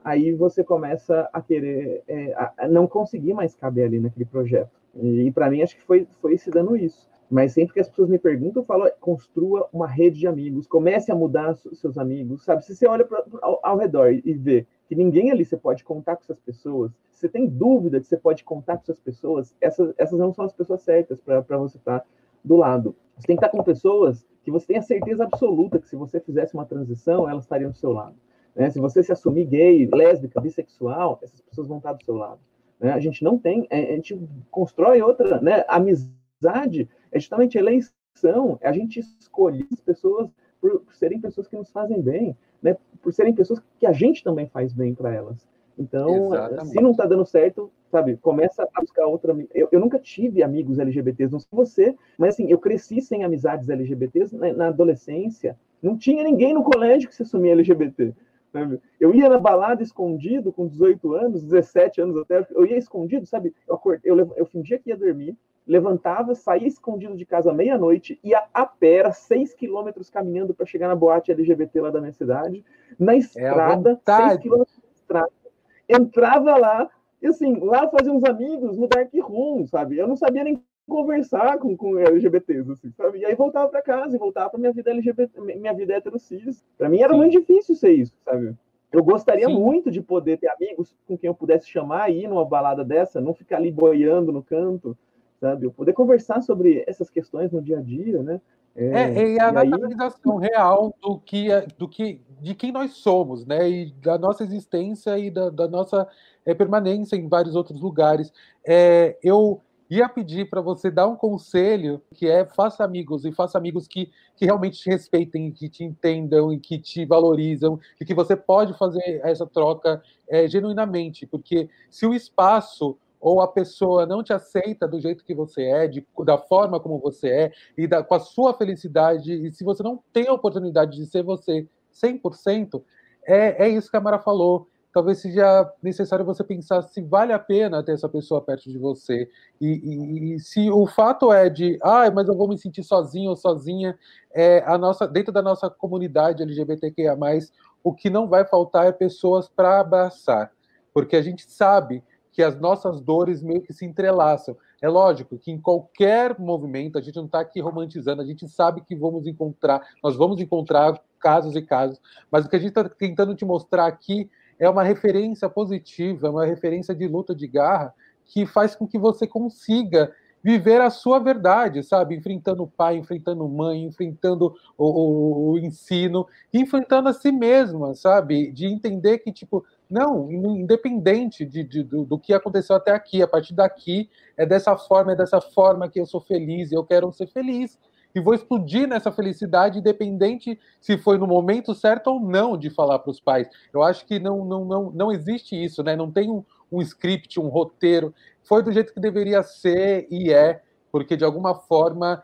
aí você começa a querer, a não conseguir mais caber ali naquele projeto. E para mim, acho que foi se dando isso. Mas sempre que as pessoas me perguntam, eu falo, construa uma rede de amigos, comece a mudar seus amigos, sabe? Se você olha ao redor e vê que ninguém ali você pode contar com essas pessoas, se você tem dúvida que você pode contar com essas pessoas, essas não são as pessoas certas para você estar do lado. Você tem que estar com pessoas que você tem a certeza absoluta que se você fizesse uma transição, elas estariam do seu lado. Né? Se você se assumir gay, lésbica, bissexual, essas pessoas vão estar do seu lado. Né? A gente não tem, a gente constrói outra, né? Amizade é justamente eleição, é a gente escolher as pessoas por serem pessoas que nos fazem bem, né? Por serem pessoas que a gente também faz bem para elas. Então, exatamente. Se não está dando certo, sabe, começa a buscar outra. Eu nunca tive amigos LGBTs, não sei você, mas assim, eu cresci sem amizades LGBTs na adolescência. Não tinha ninguém no colégio que se assumia LGBT. Sabe? Eu ia na balada escondido com 18 anos, 17 anos até, eu ia escondido, sabe? Eu fingia que ia dormir, levantava, saía escondido de casa à meia-noite, ia a pé, era 6 quilômetros caminhando para chegar na boate LGBT lá da minha cidade, na estrada, 6 quilômetros de estrada, entrava lá, e assim, lá fazia uns amigos no dark room, sabe? Eu não sabia nem conversar com LGBTs, assim, sabe? E aí voltava para casa e voltava para minha vida LGBT, minha vida heterocis. Para mim era muito difícil ser isso, sabe? Eu gostaria muito de poder ter amigos com quem eu pudesse chamar e ir numa balada dessa, não ficar ali boiando no canto, sabe? Eu poder conversar sobre essas questões no dia a dia, né? E a naturalização real de quem nós somos, né? E da nossa existência e da nossa permanência em vários outros lugares. Eu ia pedir para você dar um conselho, que faça amigos que realmente te respeitem, que te entendam e que te valorizam, e que você pode fazer essa troca genuinamente, porque se o espaço ou a pessoa não te aceita do jeito que você é, da forma como você é, com a sua felicidade, e se você não tem a oportunidade de ser você 100%, é isso que a Mara falou. Talvez seja necessário você pensar se vale a pena ter essa pessoa perto de você. E se o fato é mas eu vou me sentir sozinho ou sozinha, dentro da nossa comunidade LGBTQIA+, o que não vai faltar é pessoas para abraçar. Porque a gente sabe que as nossas dores meio que se entrelaçam. É lógico que em qualquer movimento, a gente não está aqui romantizando, a gente sabe que nós vamos encontrar casos e casos, mas o que a gente está tentando te mostrar aqui é uma referência positiva, uma referência de luta de garra, que faz com que você consiga viver a sua verdade, sabe? Enfrentando o pai, enfrentando mãe, enfrentando o ensino, enfrentando a si mesma, sabe? De entender que, tipo, não, independente do que aconteceu até aqui, a partir daqui é dessa forma que eu sou feliz, eu quero ser feliz. E vou explodir nessa felicidade, independente se foi no momento certo ou não de falar para os pais. Eu acho que não existe isso, né? Não tem um script, um roteiro. Foi do jeito que deveria ser e porque de alguma forma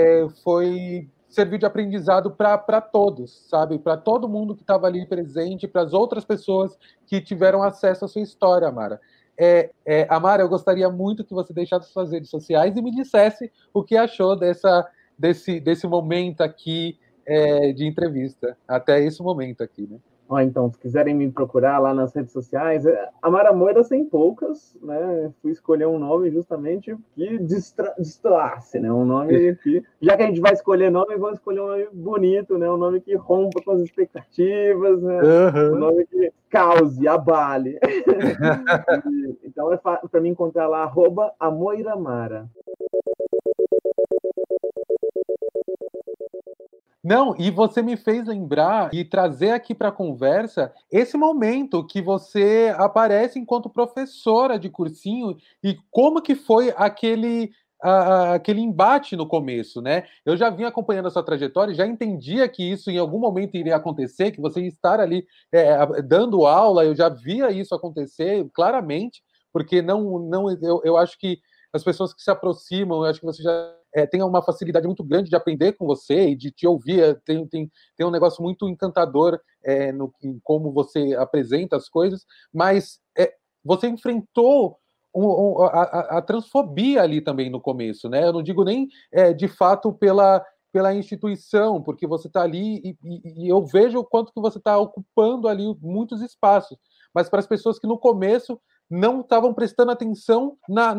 serviu de aprendizado para todos, sabe? Para todo mundo que estava ali presente, para as outras pessoas que tiveram acesso à sua história, Amara. Amara, eu gostaria muito que você deixasse suas redes sociais e me dissesse o que achou desse momento aqui de entrevista, até esse momento aqui, né? Então, se quiserem me procurar lá nas redes sociais, Amara Moira sem poucas, né? Fui escolher um nome justamente que destoasse, né? Um nome que, já que a gente vai escolher nome, vamos escolher um nome bonito, né? Um nome que rompa com as expectativas, né? Um nome que cause, abale. Então, para me encontrar lá, @amoiramara. Não, e você me fez lembrar e trazer aqui para a conversa esse momento que você aparece enquanto professora de cursinho e como que foi aquele embate no começo, né? Eu já vim acompanhando a sua trajetória e já entendia que isso em algum momento iria acontecer, que você ia estar ali dando aula, eu já via isso acontecer claramente, porque eu acho que as pessoas que se aproximam, eu acho que você já tem uma facilidade muito grande de aprender com você e de te ouvir, tem um negócio muito encantador em como você apresenta as coisas, mas você enfrentou a transfobia ali também no começo, né? Eu não digo nem de fato pela instituição, porque você está ali e eu vejo o quanto que você está ocupando ali muitos espaços, mas para as pessoas que no começo não estavam prestando atenção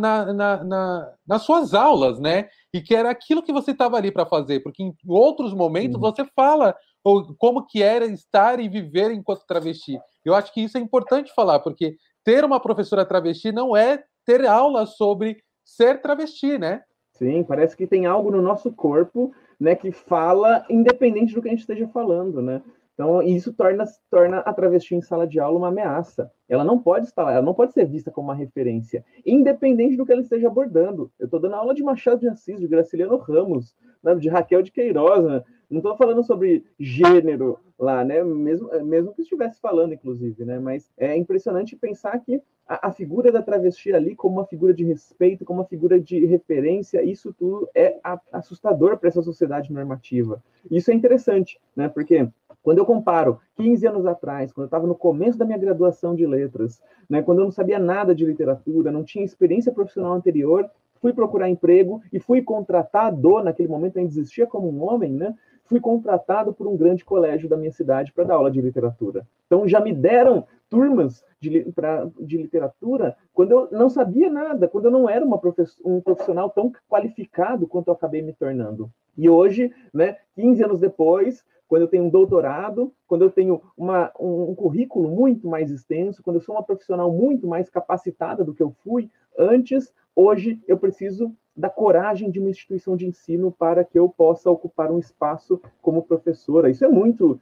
nas suas aulas, né? E que era aquilo que você estava ali para fazer, porque em outros momentos você fala como que era estar e viver enquanto travesti. Eu acho que isso é importante falar, porque ter uma professora travesti não é ter aula sobre ser travesti, né? Sim, parece que tem algo no nosso corpo, né, que fala independente do que a gente esteja falando, né? Então, isso torna a travesti em sala de aula uma ameaça. Ela não pode estar lá, ela não pode ser vista como uma referência, independente do que ela esteja abordando. Eu estou dando aula de Machado de Assis, de Graciliano Ramos, né, de Raquel de Queiroz, né? Não estou falando sobre gênero lá, né? Mesmo que estivesse falando, inclusive, né? Mas é impressionante pensar que a figura da travesti ali como uma figura de respeito, como uma figura de referência, isso tudo é assustador para essa sociedade normativa. Isso é interessante, né? Porque quando eu comparo 15 anos atrás, quando eu estava no começo da minha graduação de letras, né, quando eu não sabia nada de literatura, não tinha experiência profissional anterior, fui procurar emprego e fui contratado, naquele momento ainda existia como um homem, né? Fui contratado por um grande colégio da minha cidade para dar aula de literatura. Então já me deram turmas de literatura quando eu não sabia nada, quando eu não era um profissional tão qualificado quanto eu acabei me tornando. E hoje, né, 15 anos depois, quando eu tenho um doutorado, quando eu tenho um currículo muito mais extenso, quando eu sou uma profissional muito mais capacitada do que eu fui antes, hoje eu preciso da coragem de uma instituição de ensino para que eu possa ocupar um espaço como professora. Isso é muito,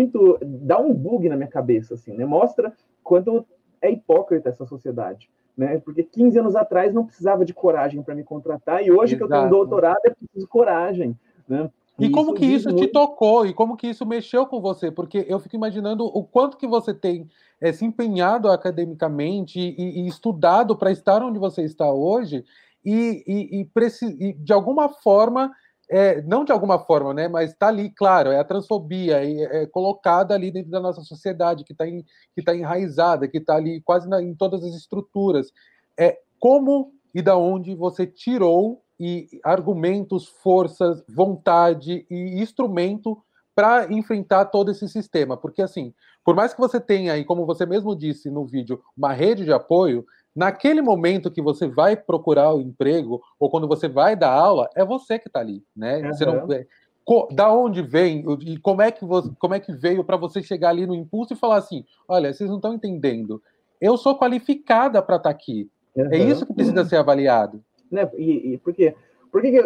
dá um bug na minha cabeça, assim, né? Mostra quanto é hipócrita essa sociedade, né? Porque 15 anos atrás não precisava de coragem para me contratar e hoje que eu tenho um doutorado eu preciso de coragem, né? E como que isso te tocou? E como que isso mexeu com você? Porque eu fico imaginando o quanto que você tem se empenhado academicamente e estudado para estar onde você está hoje e de alguma forma, não de alguma forma, né? Mas está ali, claro, é a transfobia é colocada ali dentro da nossa sociedade, que tá enraizada, que está ali quase em todas as estruturas. Como e da onde você tirou argumentos, forças, vontade e instrumento para enfrentar todo esse sistema? Porque, assim, por mais que você tenha aí, como você mesmo disse no vídeo, uma rede de apoio, naquele momento que você vai procurar o emprego ou quando você vai dar aula, é você que está ali, né? Você não, da onde vem e como é que veio para você chegar ali no impulso e falar assim, olha, vocês não estão entendendo, eu sou qualificada para estar aqui. É isso que precisa ser avaliado. Né? Por quê? Por que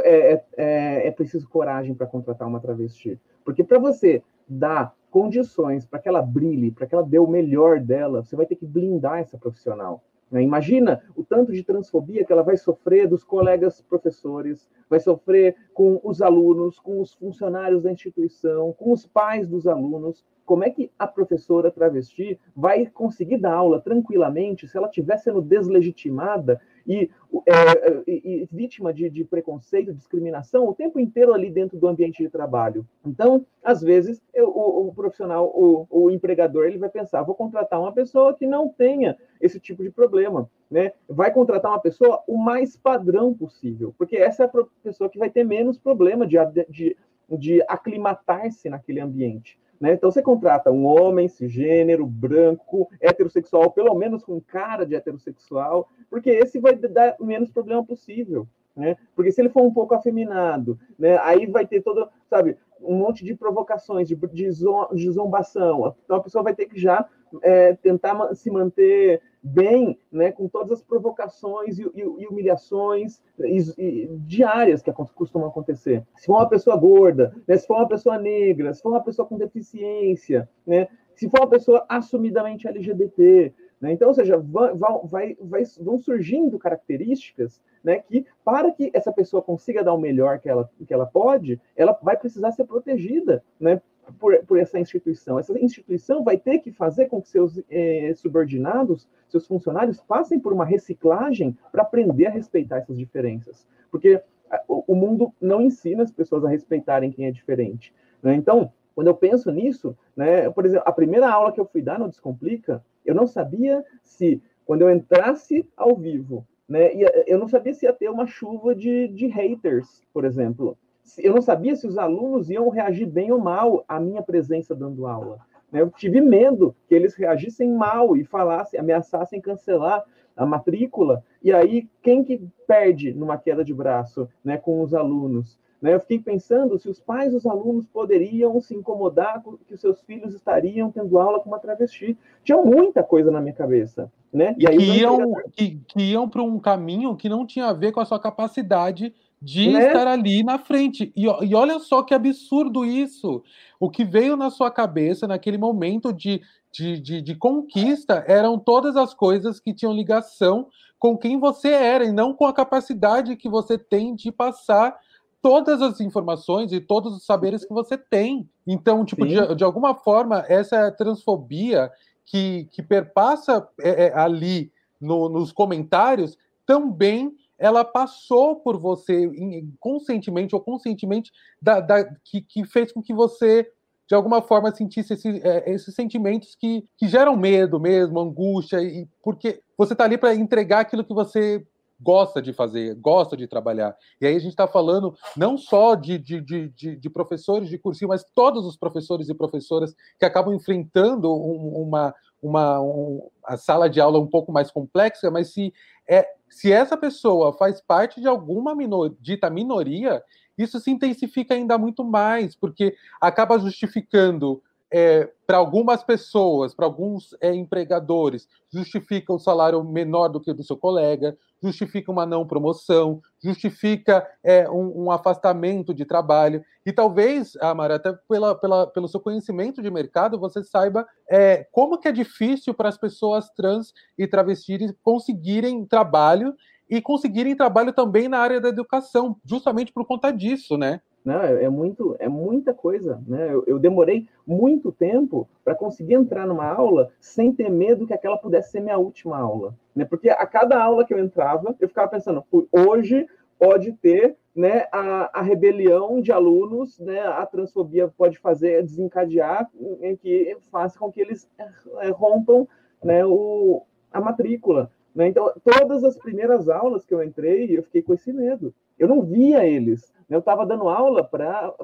é preciso coragem para contratar uma travesti? Porque para você dar condições para que ela brilhe, para que ela dê o melhor dela, você vai ter que blindar essa profissional. Né? Imagina o tanto de transfobia que ela vai sofrer dos colegas professores, vai sofrer com os alunos, com os funcionários da instituição, com os pais dos alunos. Como é que a professora travesti vai conseguir dar aula tranquilamente se ela estiver sendo deslegitimada e vítima de preconceito, discriminação o tempo inteiro ali dentro do ambiente de trabalho? Então, às vezes, o profissional, o empregador, ele vai pensar, vou contratar uma pessoa que não tenha esse tipo de problema, né? Vai contratar uma pessoa o mais padrão possível, porque essa é a pessoa que vai ter menos problema de aclimatar-se naquele ambiente. Né? Então, você contrata um homem cisgênero, branco, heterossexual, pelo menos com cara de heterossexual, porque esse vai dar o menos problema possível. Né? Porque se ele for um pouco afeminado, né, aí vai ter todo, sabe, um monte de provocações, de zombação. Então, a pessoa vai ter que já tentar se manter bem, né, com todas as provocações e humilhações diárias que costumam acontecer. Se for uma pessoa gorda, né, se for uma pessoa negra, se for uma pessoa com deficiência, né, se for uma pessoa assumidamente LGBT, né, então, ou seja, vão surgindo características, né, que para que essa pessoa consiga dar o melhor que ela pode, ela vai precisar ser protegida, né, por essa instituição. Essa instituição vai ter que fazer com que seus subordinados, seus funcionários, passem por uma reciclagem para aprender a respeitar essas diferenças. Porque o mundo não ensina as pessoas a respeitarem quem é diferente. Né? Então, quando eu penso nisso, né, por exemplo, a primeira aula que eu fui dar no Descomplica, eu não sabia se, quando eu entrasse ao vivo, né, eu não sabia se ia ter uma chuva de haters, por exemplo. Eu não sabia se os alunos iam reagir bem ou mal à minha presença dando aula. né? Eu tive medo que eles reagissem mal e falassem, ameaçassem cancelar a matrícula, e aí quem que perde numa queda de braço, né, com os alunos? Né? Eu fiquei pensando se os pais dos alunos poderiam se incomodar com que os seus filhos estariam tendo aula com uma travesti. Tinha muita coisa na minha cabeça. Né? E aí que iam para um caminho que não tinha a ver com a sua capacidade de estar ali na frente. E olha só que absurdo isso. O que veio na sua cabeça naquele momento de conquista eram todas as coisas que tinham ligação com quem você era e não com a capacidade que você tem de passar todas as informações e todos os saberes que você tem. Então, tipo, de alguma forma, essa transfobia que perpassa ali nos comentários, também ela passou por você, conscientemente ou conscientemente, que fez com que você, de alguma forma, sentisse esses sentimentos que geram medo mesmo, angústia, porque você está ali para entregar aquilo que você gosta de fazer, gosta de trabalhar. E aí a gente está falando não só de professores de cursinho, mas todos os professores e professoras que acabam enfrentando a sala de aula um pouco mais complexa, mas se essa pessoa faz parte de alguma dita minoria, isso se intensifica ainda muito mais, porque acaba justificando para algumas pessoas, para alguns empregadores, justifica o salário menor do que o do seu colega, justifica uma não promoção, justifica um afastamento de trabalho. E talvez, Amara, até pelo seu conhecimento de mercado, você saiba como que é difícil para as pessoas trans e travestis conseguirem trabalho e conseguirem trabalho também na área da educação, justamente por conta disso, né? Não, é muita coisa, né? Eu demorei muito tempo para conseguir entrar numa aula sem ter medo que aquela pudesse ser minha última aula, né? Porque a cada aula que eu entrava, eu ficava pensando, hoje pode ter, né, a rebelião de alunos, né? A transfobia pode desencadear em que faça com que eles rompam, né, a matrícula. Né? Então, todas as primeiras aulas que eu entrei, eu fiquei com esse medo. Eu não via eles. Eu estava dando aula para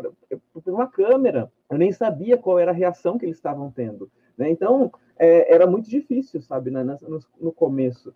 uma câmera. Eu nem sabia qual era a reação que eles estavam tendo. Né? Então, era muito difícil, sabe, no começo,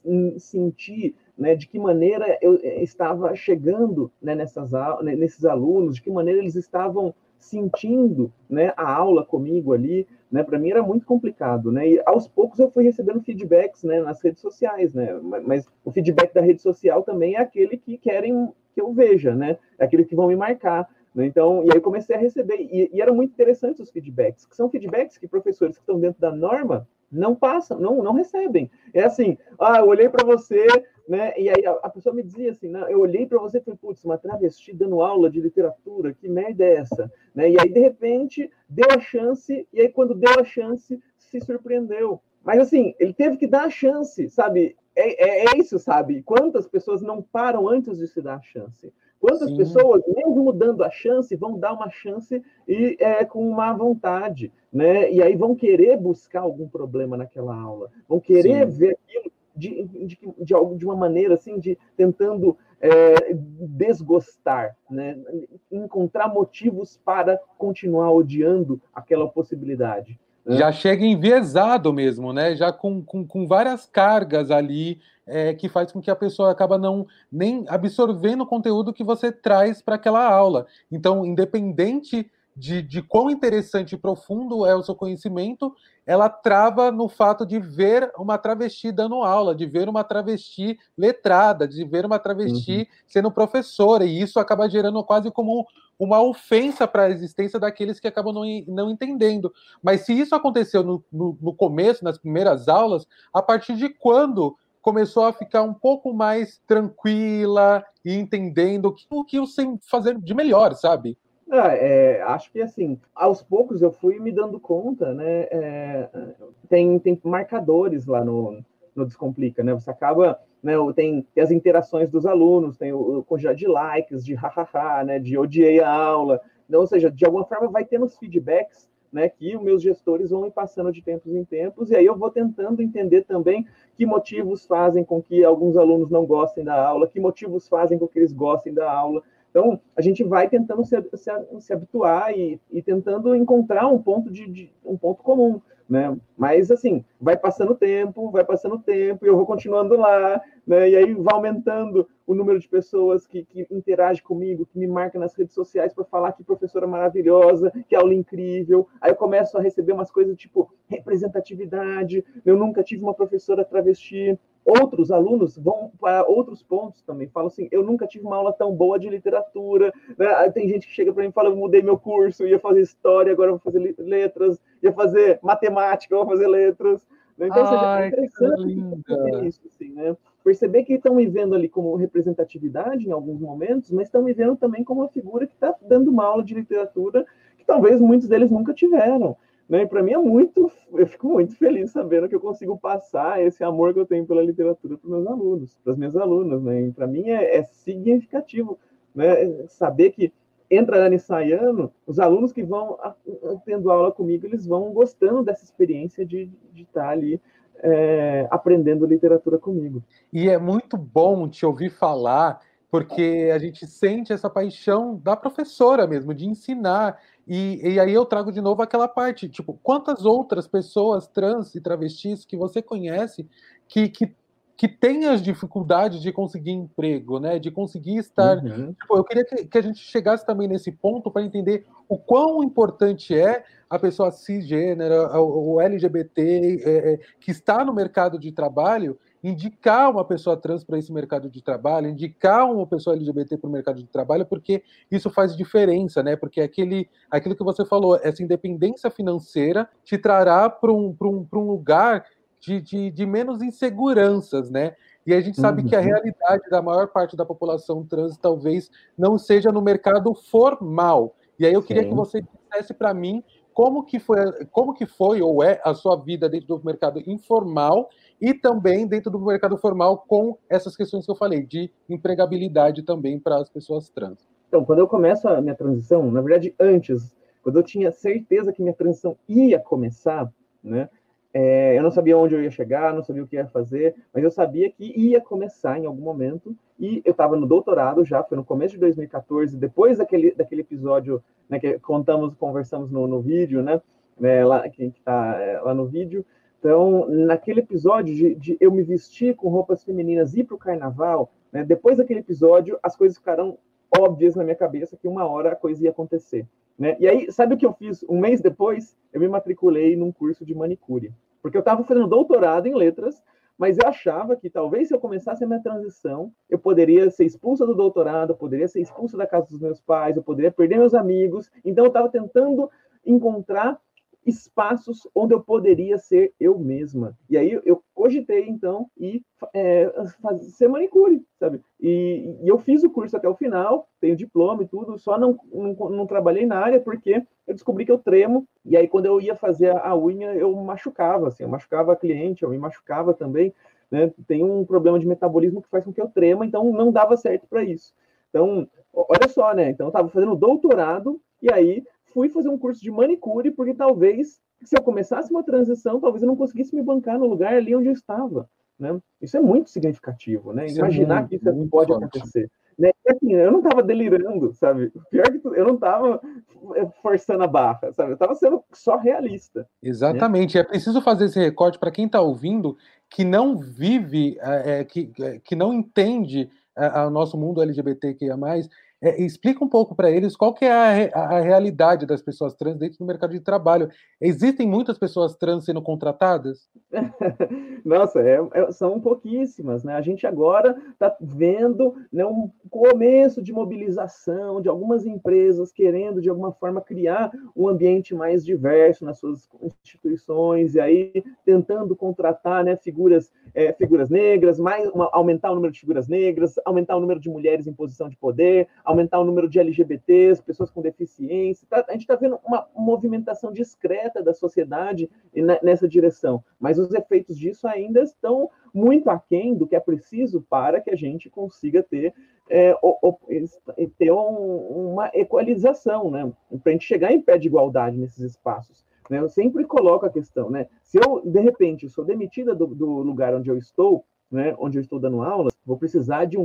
sentir, né, de que maneira eu estava chegando, né, nesses alunos, de que maneira eles estavam sentindo, né, a aula comigo ali. Né, para mim era muito complicado, né? E aos poucos eu fui recebendo feedbacks, né, nas redes sociais, né? Mas o feedback da rede social também é aquele que querem que eu veja, né? É aquele que vão me marcar. Né? Então, e aí eu comecei a receber e eram muito interessantes os feedbacks, que são feedbacks que professores que estão dentro da norma não passam, não recebem. É assim, eu olhei para você, né? E aí a pessoa me dizia assim, não, eu olhei para você e falei, putz, uma travesti dando aula de literatura, que merda é essa? Né? E aí, de repente, deu a chance, e aí quando deu a chance, se surpreendeu. Mas assim, ele teve que dar a chance, sabe? É isso, sabe? Quantas pessoas não param antes de se dar a chance? Quantas pessoas, mesmo dando a chance, vão dar uma chance e com má vontade, né? E aí vão querer buscar algum problema naquela aula, vão querer ver aquilo de uma maneira assim, tentando desgostar, né? Encontrar motivos para continuar odiando aquela possibilidade. Né? Já chega enviesado mesmo, né? Já com várias cargas ali, que faz com que a pessoa acaba nem absorvendo o conteúdo que você traz para aquela aula. Então, independente de quão interessante e profundo é o seu conhecimento, ela trava no fato de ver uma travesti dando aula, de ver uma travesti letrada, de ver uma travesti sendo professora, e isso acaba gerando quase como uma ofensa para a existência daqueles que acabam não entendendo. Mas se isso aconteceu no começo, nas primeiras aulas, a partir de quando começou a ficar um pouco mais tranquila e entendendo o que eu sei fazer de melhor, sabe? Acho que, assim, aos poucos eu fui me dando conta, né? Tem marcadores lá no Descomplica, né? Você acaba, né? Tem as interações dos alunos, tem o quantidade de likes, de hahaha, né? De odiei a aula. Então, ou seja, de alguma forma vai tendo os feedbacks, né? Que os meus gestores vão me passando de tempos em tempos, e aí eu vou tentando entender também que motivos fazem com que alguns alunos não gostem da aula, que motivos fazem com que eles gostem da aula. Então, a gente vai tentando se habituar e tentando encontrar um ponto um ponto comum, né? Mas, assim, vai passando tempo, e eu vou continuando lá, né? E aí vai aumentando o número de pessoas que interagem comigo, que me marcam nas redes sociais para falar que professora maravilhosa, que aula incrível. Aí eu começo a receber umas coisas tipo representatividade, eu nunca tive uma professora travesti. Outros alunos vão para outros pontos também, falam assim, eu nunca tive uma aula tão boa de literatura, né? Tem gente que chega para mim e fala, eu mudei meu curso, ia fazer história, agora eu vou fazer letras, ia fazer matemática, eu vou fazer letras. Então, Ai, é interessante perceber isso, assim, né? Perceber que estão me vendo ali como representatividade em alguns momentos, mas estão me vendo também como uma figura que está dando uma aula de literatura que talvez muitos deles nunca tiveram. Né? E para mim eu fico muito feliz sabendo que eu consigo passar esse amor que eu tenho pela literatura para os meus alunos, para as minhas alunas, né? E para mim é significativo, né? Saber que entra ano e sai ano, os alunos que vão tendo aula comigo, eles vão gostando dessa experiência de estar ali aprendendo literatura comigo. E é muito bom te ouvir falar, porque a gente sente essa paixão da professora mesmo, de ensinar. E aí eu trago de novo aquela parte, tipo, quantas outras pessoas trans e travestis que você conhece que têm as dificuldades de conseguir emprego, né? De conseguir estar. Uhum. Tipo, eu queria que a gente chegasse também nesse ponto para entender o quão importante é a pessoa cisgênera, o LGBT, que está no mercado de trabalho, indicar uma pessoa trans para esse mercado de trabalho, indicar uma pessoa LGBT para o mercado de trabalho, porque isso faz diferença, né? Porque aquilo que você falou, essa independência financeira te trará para um lugar de menos inseguranças, né? E a gente sabe que a realidade da maior parte da população trans talvez não seja no mercado formal. E aí eu queria que você dissesse para mim como que foi ou é a sua vida dentro do mercado informal e também dentro do mercado formal com essas questões que eu falei, de empregabilidade também para as pessoas trans. Então, quando eu começo a minha transição, na verdade, antes, quando eu tinha certeza que minha transição ia começar, né, eu não sabia onde eu ia chegar, não sabia o que ia fazer, mas eu sabia que ia começar em algum momento, e eu estava no doutorado já, foi no começo de 2014, depois daquele episódio, né, que conversamos no vídeo, né, lá, que está lá no vídeo. Então, naquele episódio de eu me vestir com roupas femininas e ir para o carnaval, né, depois daquele episódio, as coisas ficaram óbvias na minha cabeça que uma hora a coisa ia acontecer. Né? E aí, sabe o que eu fiz? Um mês depois, eu me matriculei num curso de manicure. Porque eu estava fazendo doutorado em letras, mas eu achava que talvez se eu começasse a minha transição, eu poderia ser expulsa do doutorado, eu poderia ser expulsa da casa dos meus pais, eu poderia perder meus amigos. Então, eu estava tentando encontrar espaços onde eu poderia ser eu mesma. E aí eu cogitei, então, ser manicure, sabe? E eu fiz o curso até o final, tenho diploma e tudo, só não trabalhei na área porque eu descobri que eu tremo, e aí quando eu ia fazer a unha, eu machucava, assim, eu machucava a cliente, eu me machucava também, né? Tem um problema de metabolismo que faz com que eu trema, então não dava certo para isso. Então, olha só, né? Então eu estava fazendo doutorado, e aí fui fazer um curso de manicure, porque talvez, se eu começasse uma transição, talvez eu não conseguisse me bancar no lugar ali onde eu estava. Né? Isso é muito significativo, né? Imaginar que isso pode acontecer. Né? E, assim, eu não estava delirando, sabe? Pior que tudo, eu não estava forçando a barra, sabe? Eu estava sendo só realista. Exatamente. Né? É preciso fazer esse recorte para quem está ouvindo, que não vive, que não entende o nosso mundo LGBTQIA+, explica um pouco para eles qual que é a realidade das pessoas trans dentro do mercado de trabalho. Existem muitas pessoas trans sendo contratadas? Nossa, são pouquíssimas, né? A gente agora está vendo, né, um começo de mobilização de algumas empresas querendo, de alguma forma, criar um ambiente mais diverso nas suas instituições, e aí tentando contratar, né, figuras negras, aumentar o número de figuras negras, aumentar o número de mulheres em posição de poder, aumentar o número de LGBTs, pessoas com deficiência. A gente está vendo uma movimentação discreta da sociedade nessa direção, mas os efeitos disso ainda estão muito aquém do que é preciso para que a gente consiga ter uma equalização, né? Para a gente chegar em pé de igualdade nesses espaços. Né? Eu sempre coloco a questão, né? Se eu, de repente, sou demitida do lugar onde eu estou, né, onde eu estou dando aulas, vou precisar de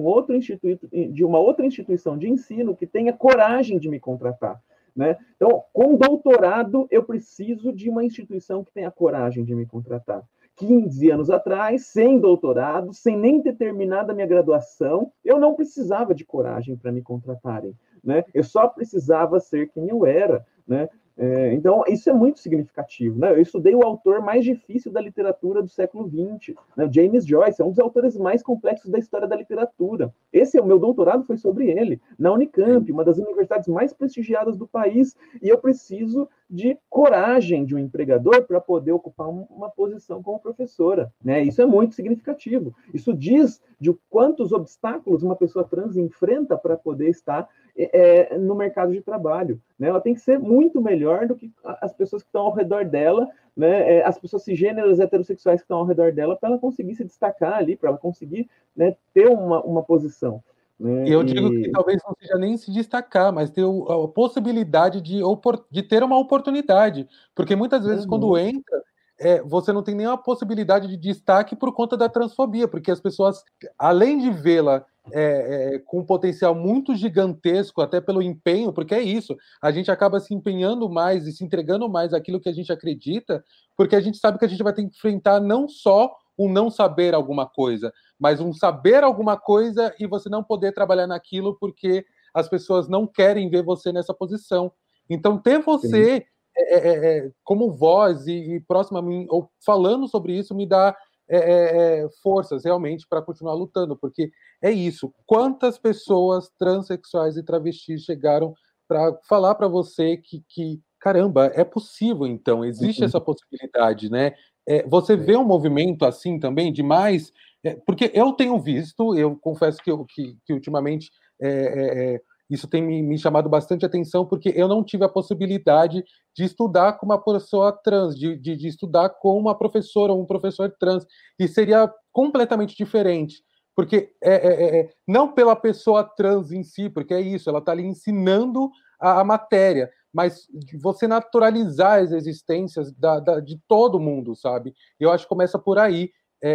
uma outra instituição de ensino que tenha coragem de me contratar. Né? Então, com doutorado, eu preciso de uma instituição que tenha coragem de me contratar. 15 anos atrás, sem doutorado, sem nem ter terminado a minha graduação, eu não precisava de coragem para me contratarem. Né? Eu só precisava ser quem eu era. Né? Então, isso é muito significativo. Né? Eu estudei o autor mais difícil da literatura do século XX, né? James Joyce, é um dos autores mais complexos da história da literatura. O meu doutorado foi sobre ele, na Unicamp, uma das universidades mais prestigiadas do país, e eu preciso de coragem de um empregador para poder ocupar uma posição como professora. Né? Isso é muito significativo. Isso diz de quantos obstáculos uma pessoa trans enfrenta para poder estar no mercado de trabalho. Né? Ela tem que ser muito melhor do que as pessoas que estão ao redor dela, né? As pessoas cisgêneras heterossexuais que estão ao redor dela, para ela conseguir se destacar ali, para ela conseguir, né, ter uma posição. Né? E eu digo que talvez não seja nem se destacar, mas ter a possibilidade de ter uma oportunidade. Porque muitas vezes, quando entra, você não tem nenhuma possibilidade de destaque por conta da transfobia, porque as pessoas, além de vê-la com um potencial muito gigantesco, até pelo empenho, porque é isso, a gente acaba se empenhando mais e se entregando mais aquilo que a gente acredita, porque a gente sabe que a gente vai ter que enfrentar não só um não saber alguma coisa, mas um saber alguma coisa e você não poder trabalhar naquilo porque as pessoas não querem ver você nessa posição. Então, ter você como voz e próximo a mim, ou falando sobre isso, me dá forças realmente para continuar lutando, porque é isso. Quantas pessoas transexuais e travestis chegaram para falar para você que, caramba, é possível, então, existe essa possibilidade, né? Você vê um movimento assim também, demais, porque eu tenho visto, eu confesso que ultimamente isso tem me chamado bastante atenção, porque eu não tive a possibilidade de estudar com uma pessoa trans, de estudar com uma professora ou um professor trans, e seria completamente diferente, porque não pela pessoa trans em si, porque é isso, ela está ali ensinando a matéria, mas você naturalizar as existências de todo mundo, sabe? Eu acho que começa por aí,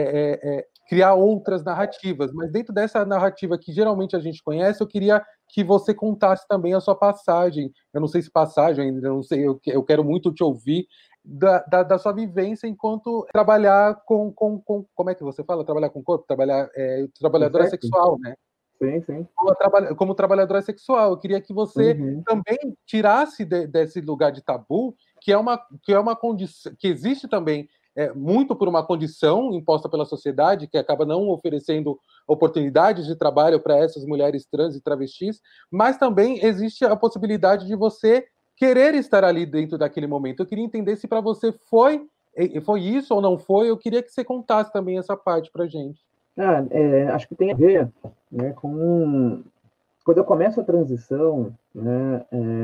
criar outras narrativas, mas dentro dessa narrativa que geralmente a gente conhece, eu queria que você contasse também a sua passagem, eu não sei se passagem ainda, eu não sei, eu quero muito te ouvir, da sua vivência enquanto trabalhar com como é que você fala? Trabalhar com o corpo? Trabalhadora sexual, né? Sim. Como trabalhadora sexual. Eu queria que você também tirasse desse lugar de tabu, que é uma condição, que existe também muito por uma condição imposta pela sociedade, que acaba não oferecendo oportunidades de trabalho para essas mulheres trans e travestis, mas também existe a possibilidade de você querer estar ali dentro daquele momento. Eu queria entender se para você foi isso ou não foi. Eu queria que você contasse também essa parte para a gente. Acho que tem a ver, né, com quando eu começo a transição, né,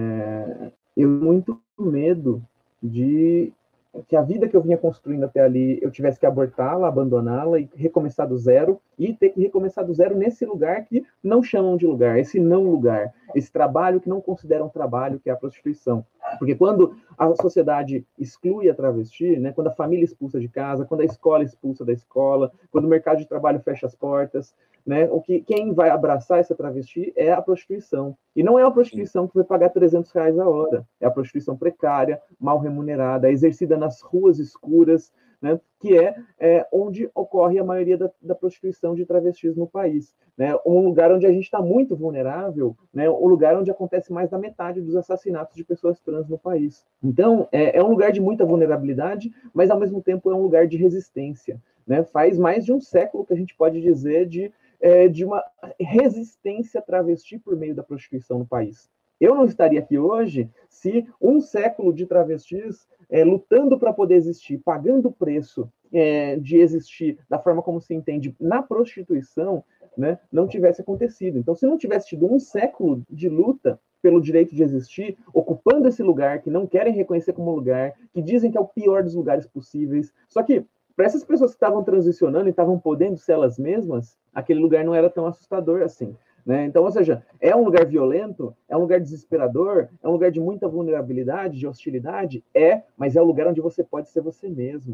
eu tenho muito medo de que a vida que eu vinha construindo até ali, eu tivesse que abortá-la, abandoná-la e recomeçar do zero, e ter que recomeçar do zero nesse lugar que não chamam de lugar, esse não lugar, esse trabalho que não consideram trabalho, que é a prostituição. Porque quando a sociedade exclui a travesti, né, quando a família expulsa de casa, quando a escola expulsa da escola, quando o mercado de trabalho fecha as portas, né, quem vai abraçar essa travesti é a prostituição. E não é a prostituição que vai pagar R$300 a hora, é a prostituição precária, mal remunerada, exercida nas ruas escuras, né, que é onde ocorre a maioria da prostituição de travestis no país. Né, um lugar onde a gente está muito vulnerável, né, um lugar onde acontece mais da metade dos assassinatos de pessoas trans no país. Então, é um lugar de muita vulnerabilidade, mas ao mesmo tempo é um lugar de resistência. Né? Faz mais de um século que a gente pode dizer de uma resistência travesti por meio da prostituição no país. Eu não estaria aqui hoje se um século de travestis lutando para poder existir, pagando o preço de existir da forma como se entende na prostituição, né, não tivesse acontecido. Então, se não tivesse tido um século de luta pelo direito de existir, ocupando esse lugar que não querem reconhecer como lugar, que dizem que é o pior dos lugares possíveis, só que para essas pessoas que estavam transicionando e estavam podendo ser elas mesmas, aquele lugar não era tão assustador assim. Né? Então, ou seja, é um lugar violento, é um lugar desesperador, é um lugar de muita vulnerabilidade, de hostilidade, mas é o lugar onde você pode ser você mesma.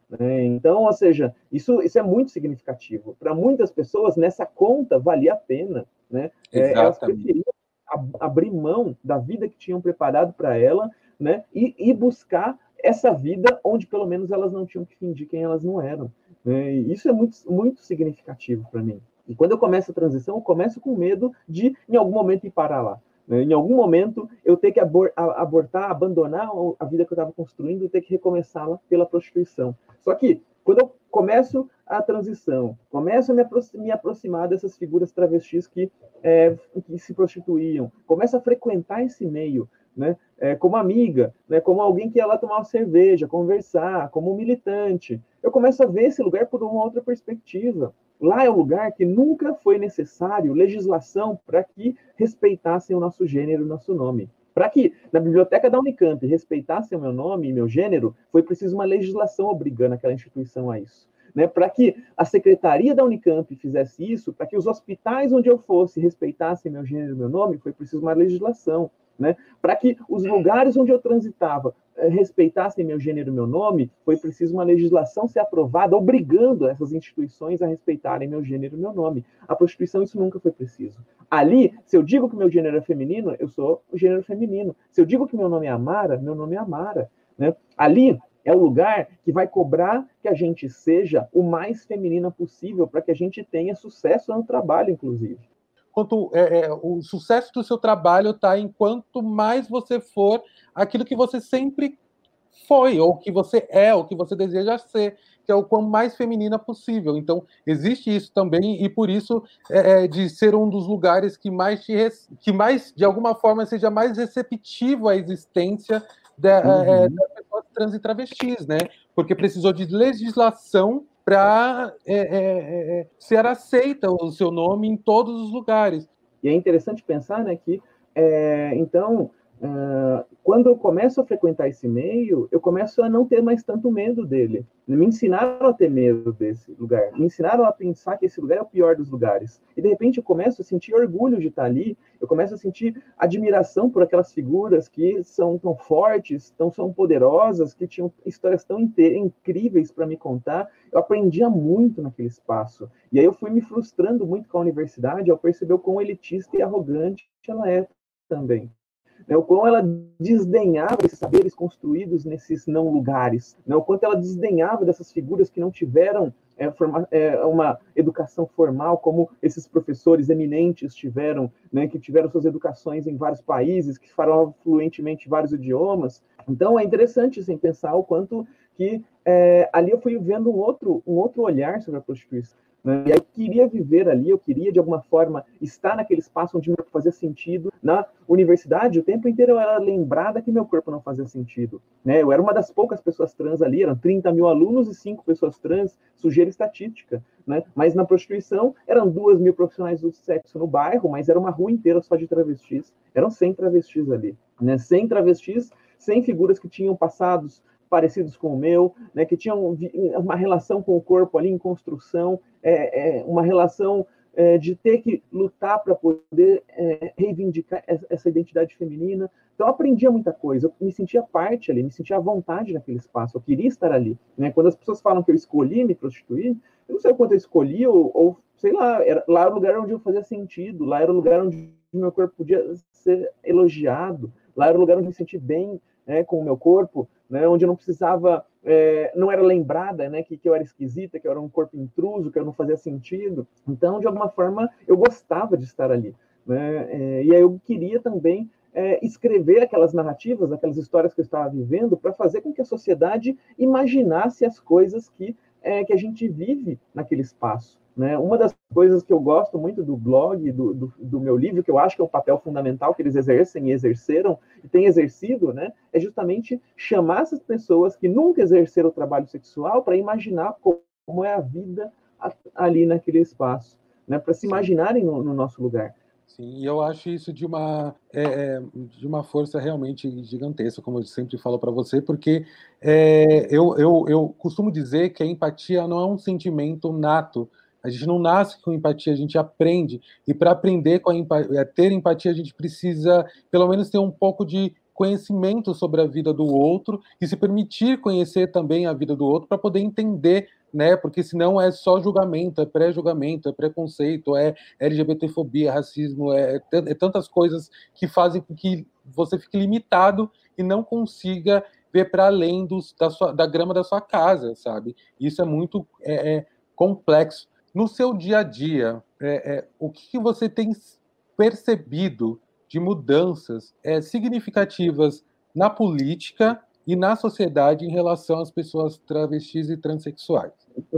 né? Então, ou seja, isso é muito significativo. Para muitas pessoas, nessa conta valia a pena, né? Elas preferiam abrir mão da vida que tinham preparado para ela, né? E buscar essa vida onde pelo menos elas não tinham que fingir quem elas não eram, né? E isso é muito, muito significativo para mim. E quando eu começo a transição, eu começo com medo de, em algum momento, ir parar lá. Em algum momento, eu ter que abortar, abandonar a vida que eu estava construindo e ter que recomeçá-la pela prostituição. Só que, quando eu começo a transição, começo a me aproximar dessas figuras travestis que se prostituíam, começo a frequentar esse meio, né, como amiga, né, como alguém que ia lá tomar uma cerveja, conversar, como militante, eu começo a ver esse lugar por uma outra perspectiva. Lá é um lugar que nunca foi necessário legislação para que respeitassem o nosso gênero e o nosso nome. Para que na biblioteca da Unicamp respeitassem o meu nome e meu gênero, foi preciso uma legislação obrigando aquela instituição a isso. Né? Para que a secretaria da Unicamp fizesse isso, para que os hospitais onde eu fosse respeitassem meu gênero e meu nome, foi preciso uma legislação. Né? Para que os lugares onde eu transitava respeitassem meu gênero e meu nome, foi preciso uma legislação ser aprovada, obrigando essas instituições a respeitarem meu gênero e meu nome. A prostituição, isso nunca foi preciso. Ali, se eu digo que meu gênero é feminino, eu sou o gênero feminino. Se eu digo que meu nome é Amara, meu nome é Amara. Né? Ali é o lugar que vai cobrar que a gente seja o mais feminina possível para que a gente tenha sucesso no trabalho, inclusive. O sucesso do seu trabalho está em quanto mais você for aquilo que você sempre foi, ou que você é, ou que você deseja ser, que é o quão mais feminina possível. Então, existe isso também, e por isso de ser um dos lugares que mais, de alguma forma, seja mais receptivo à existência das pessoas trans e travestis, né? Porque precisou de legislação para ser aceita o seu nome em todos os lugares. E é interessante pensar, né, que, então, quando eu começo a frequentar esse meio, eu começo a não ter mais tanto medo dele. Me ensinaram a ter medo desse lugar. Me ensinaram a pensar que esse lugar é o pior dos lugares. E, de repente, eu começo a sentir orgulho de estar ali. Eu começo a sentir admiração por aquelas figuras que são tão fortes, são poderosas, que tinham histórias tão incríveis para me contar. Eu aprendia muito naquele espaço. E aí eu fui me frustrando muito com a universidade ao perceber o quão elitista e arrogante ela é também. O quão ela desdenhava desses saberes construídos nesses não lugares, o quanto ela desdenhava dessas figuras que não tiveram uma educação formal, como esses professores eminentes tiveram, né, que tiveram suas educações em vários países, que falavam fluentemente vários idiomas. Então, é interessante assim, pensar o quanto que ali eu fui vendo um outro olhar sobre a prostituição. E aí eu queria viver ali, eu queria, de alguma forma, estar naquele espaço onde meu corpo fazia sentido. Na universidade, o tempo inteiro eu era lembrada que meu corpo não fazia sentido. Né? Eu era uma das poucas pessoas trans ali, eram 30 mil alunos e 5 pessoas trans, sujeira estatística. Né? Mas na prostituição, eram 2 mil profissionais do sexo no bairro, mas era uma rua inteira só de travestis. Eram 100 travestis ali. Né? 100 travestis, 100 figuras que tinham passados parecidos com o meu, né, que tinham uma relação com o corpo ali em construção, uma relação de ter que lutar para poder reivindicar essa identidade feminina. Então, eu aprendia muita coisa, eu me sentia parte ali, me sentia à vontade naquele espaço, eu queria estar ali. Né? Quando as pessoas falam que eu escolhi me prostituir, eu não sei o quanto eu escolhi, ou sei lá, lá era o lugar onde eu fazia sentido, lá era o lugar onde o meu corpo podia ser elogiado, lá era o lugar onde eu me senti bem, né, com o meu corpo, né, onde eu não precisava, não era lembrada, né, que eu era esquisita, que eu era um corpo intruso, que eu não fazia sentido. Então, de alguma forma, eu gostava de estar ali. Né, e aí eu queria também escrever aquelas narrativas, aquelas histórias que eu estava vivendo, para fazer com que a sociedade imaginasse as coisas que a gente vive naquele espaço. Né? Uma das coisas que eu gosto muito do blog, do meu livro, que eu acho que é um papel fundamental que eles exercem e exerceram, e têm exercido, né? É justamente chamar essas pessoas que nunca exerceram o trabalho sexual para imaginar como é a vida ali naquele espaço, né? Para se imaginarem no nosso lugar. Sim, e eu acho isso de uma força realmente gigantesca, como eu sempre falo para você, porque eu costumo dizer que a empatia não é um sentimento nato. A gente não nasce com empatia, a gente aprende. E para aprender a ter empatia, a gente precisa, pelo menos, ter um pouco de conhecimento sobre a vida do outro e se permitir conhecer também a vida do outro para poder entender, né? Porque senão é só julgamento, é pré-julgamento, é preconceito, é LGBTfobia, racismo, é tantas coisas que fazem com que você fique limitado e não consiga ver para além da grama da sua casa, sabe? Isso é muito complexo. No seu dia a dia, o que você tem percebido de mudanças significativas na política e na sociedade em relação às pessoas travestis e transexuais?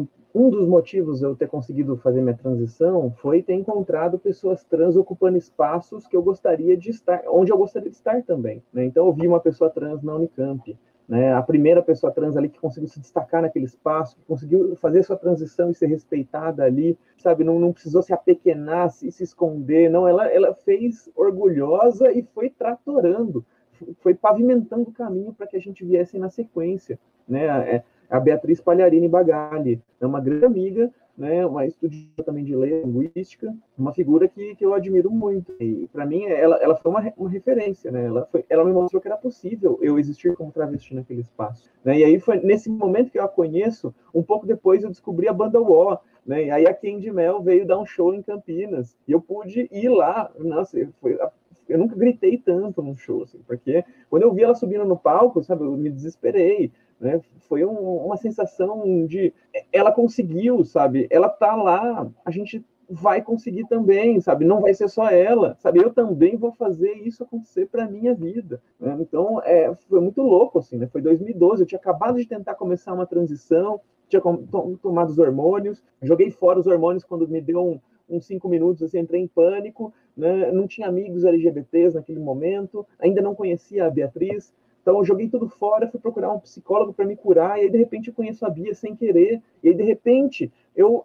Um dos motivos de eu ter conseguido fazer minha transição foi ter encontrado pessoas trans ocupando espaços que eu gostaria de estar, onde eu gostaria de estar também, né? Então eu vi uma pessoa trans na Unicamp, né? A primeira pessoa trans ali que conseguiu se destacar naquele espaço, que conseguiu fazer sua transição e ser respeitada ali, sabe? Não precisou se apequenar, se esconder, não, ela fez orgulhosa e foi tratorando, foi pavimentando o caminho para que a gente viesse na sequência, né? A Beatriz Palharini Bagali, é uma grande amiga, né, uma estudiosa também de linguística, uma figura que eu admiro muito. E, para mim, ela foi uma referência, né? Ela me mostrou que era possível eu existir como travesti naquele espaço. Né? E aí foi nesse momento que eu a conheço, um pouco depois eu descobri a banda Uó, né? E aí a Candy Mel veio dar um show em Campinas, e eu pude ir lá. Nossa, eu nunca gritei tanto num show, assim, porque quando eu vi ela subindo no palco, sabe, eu me desesperei. Né? Foi uma sensação de ela conseguiu, sabe? Ela tá lá, a gente vai conseguir também, sabe? Não vai ser só ela, sabe? Eu também vou fazer isso acontecer para minha vida. Né? Então, foi muito louco, assim, né? Foi 2012, eu tinha acabado de tentar começar uma transição, tinha tomado os hormônios, joguei fora os hormônios quando me deu uns 5 minutos, assim, entrei em pânico, né? Não tinha amigos LGBTs naquele momento, ainda não conhecia a Beatriz. Então, eu joguei tudo fora, fui procurar um psicólogo para me curar, e aí, de repente, eu conheço a Bia sem querer, e aí, de repente, eu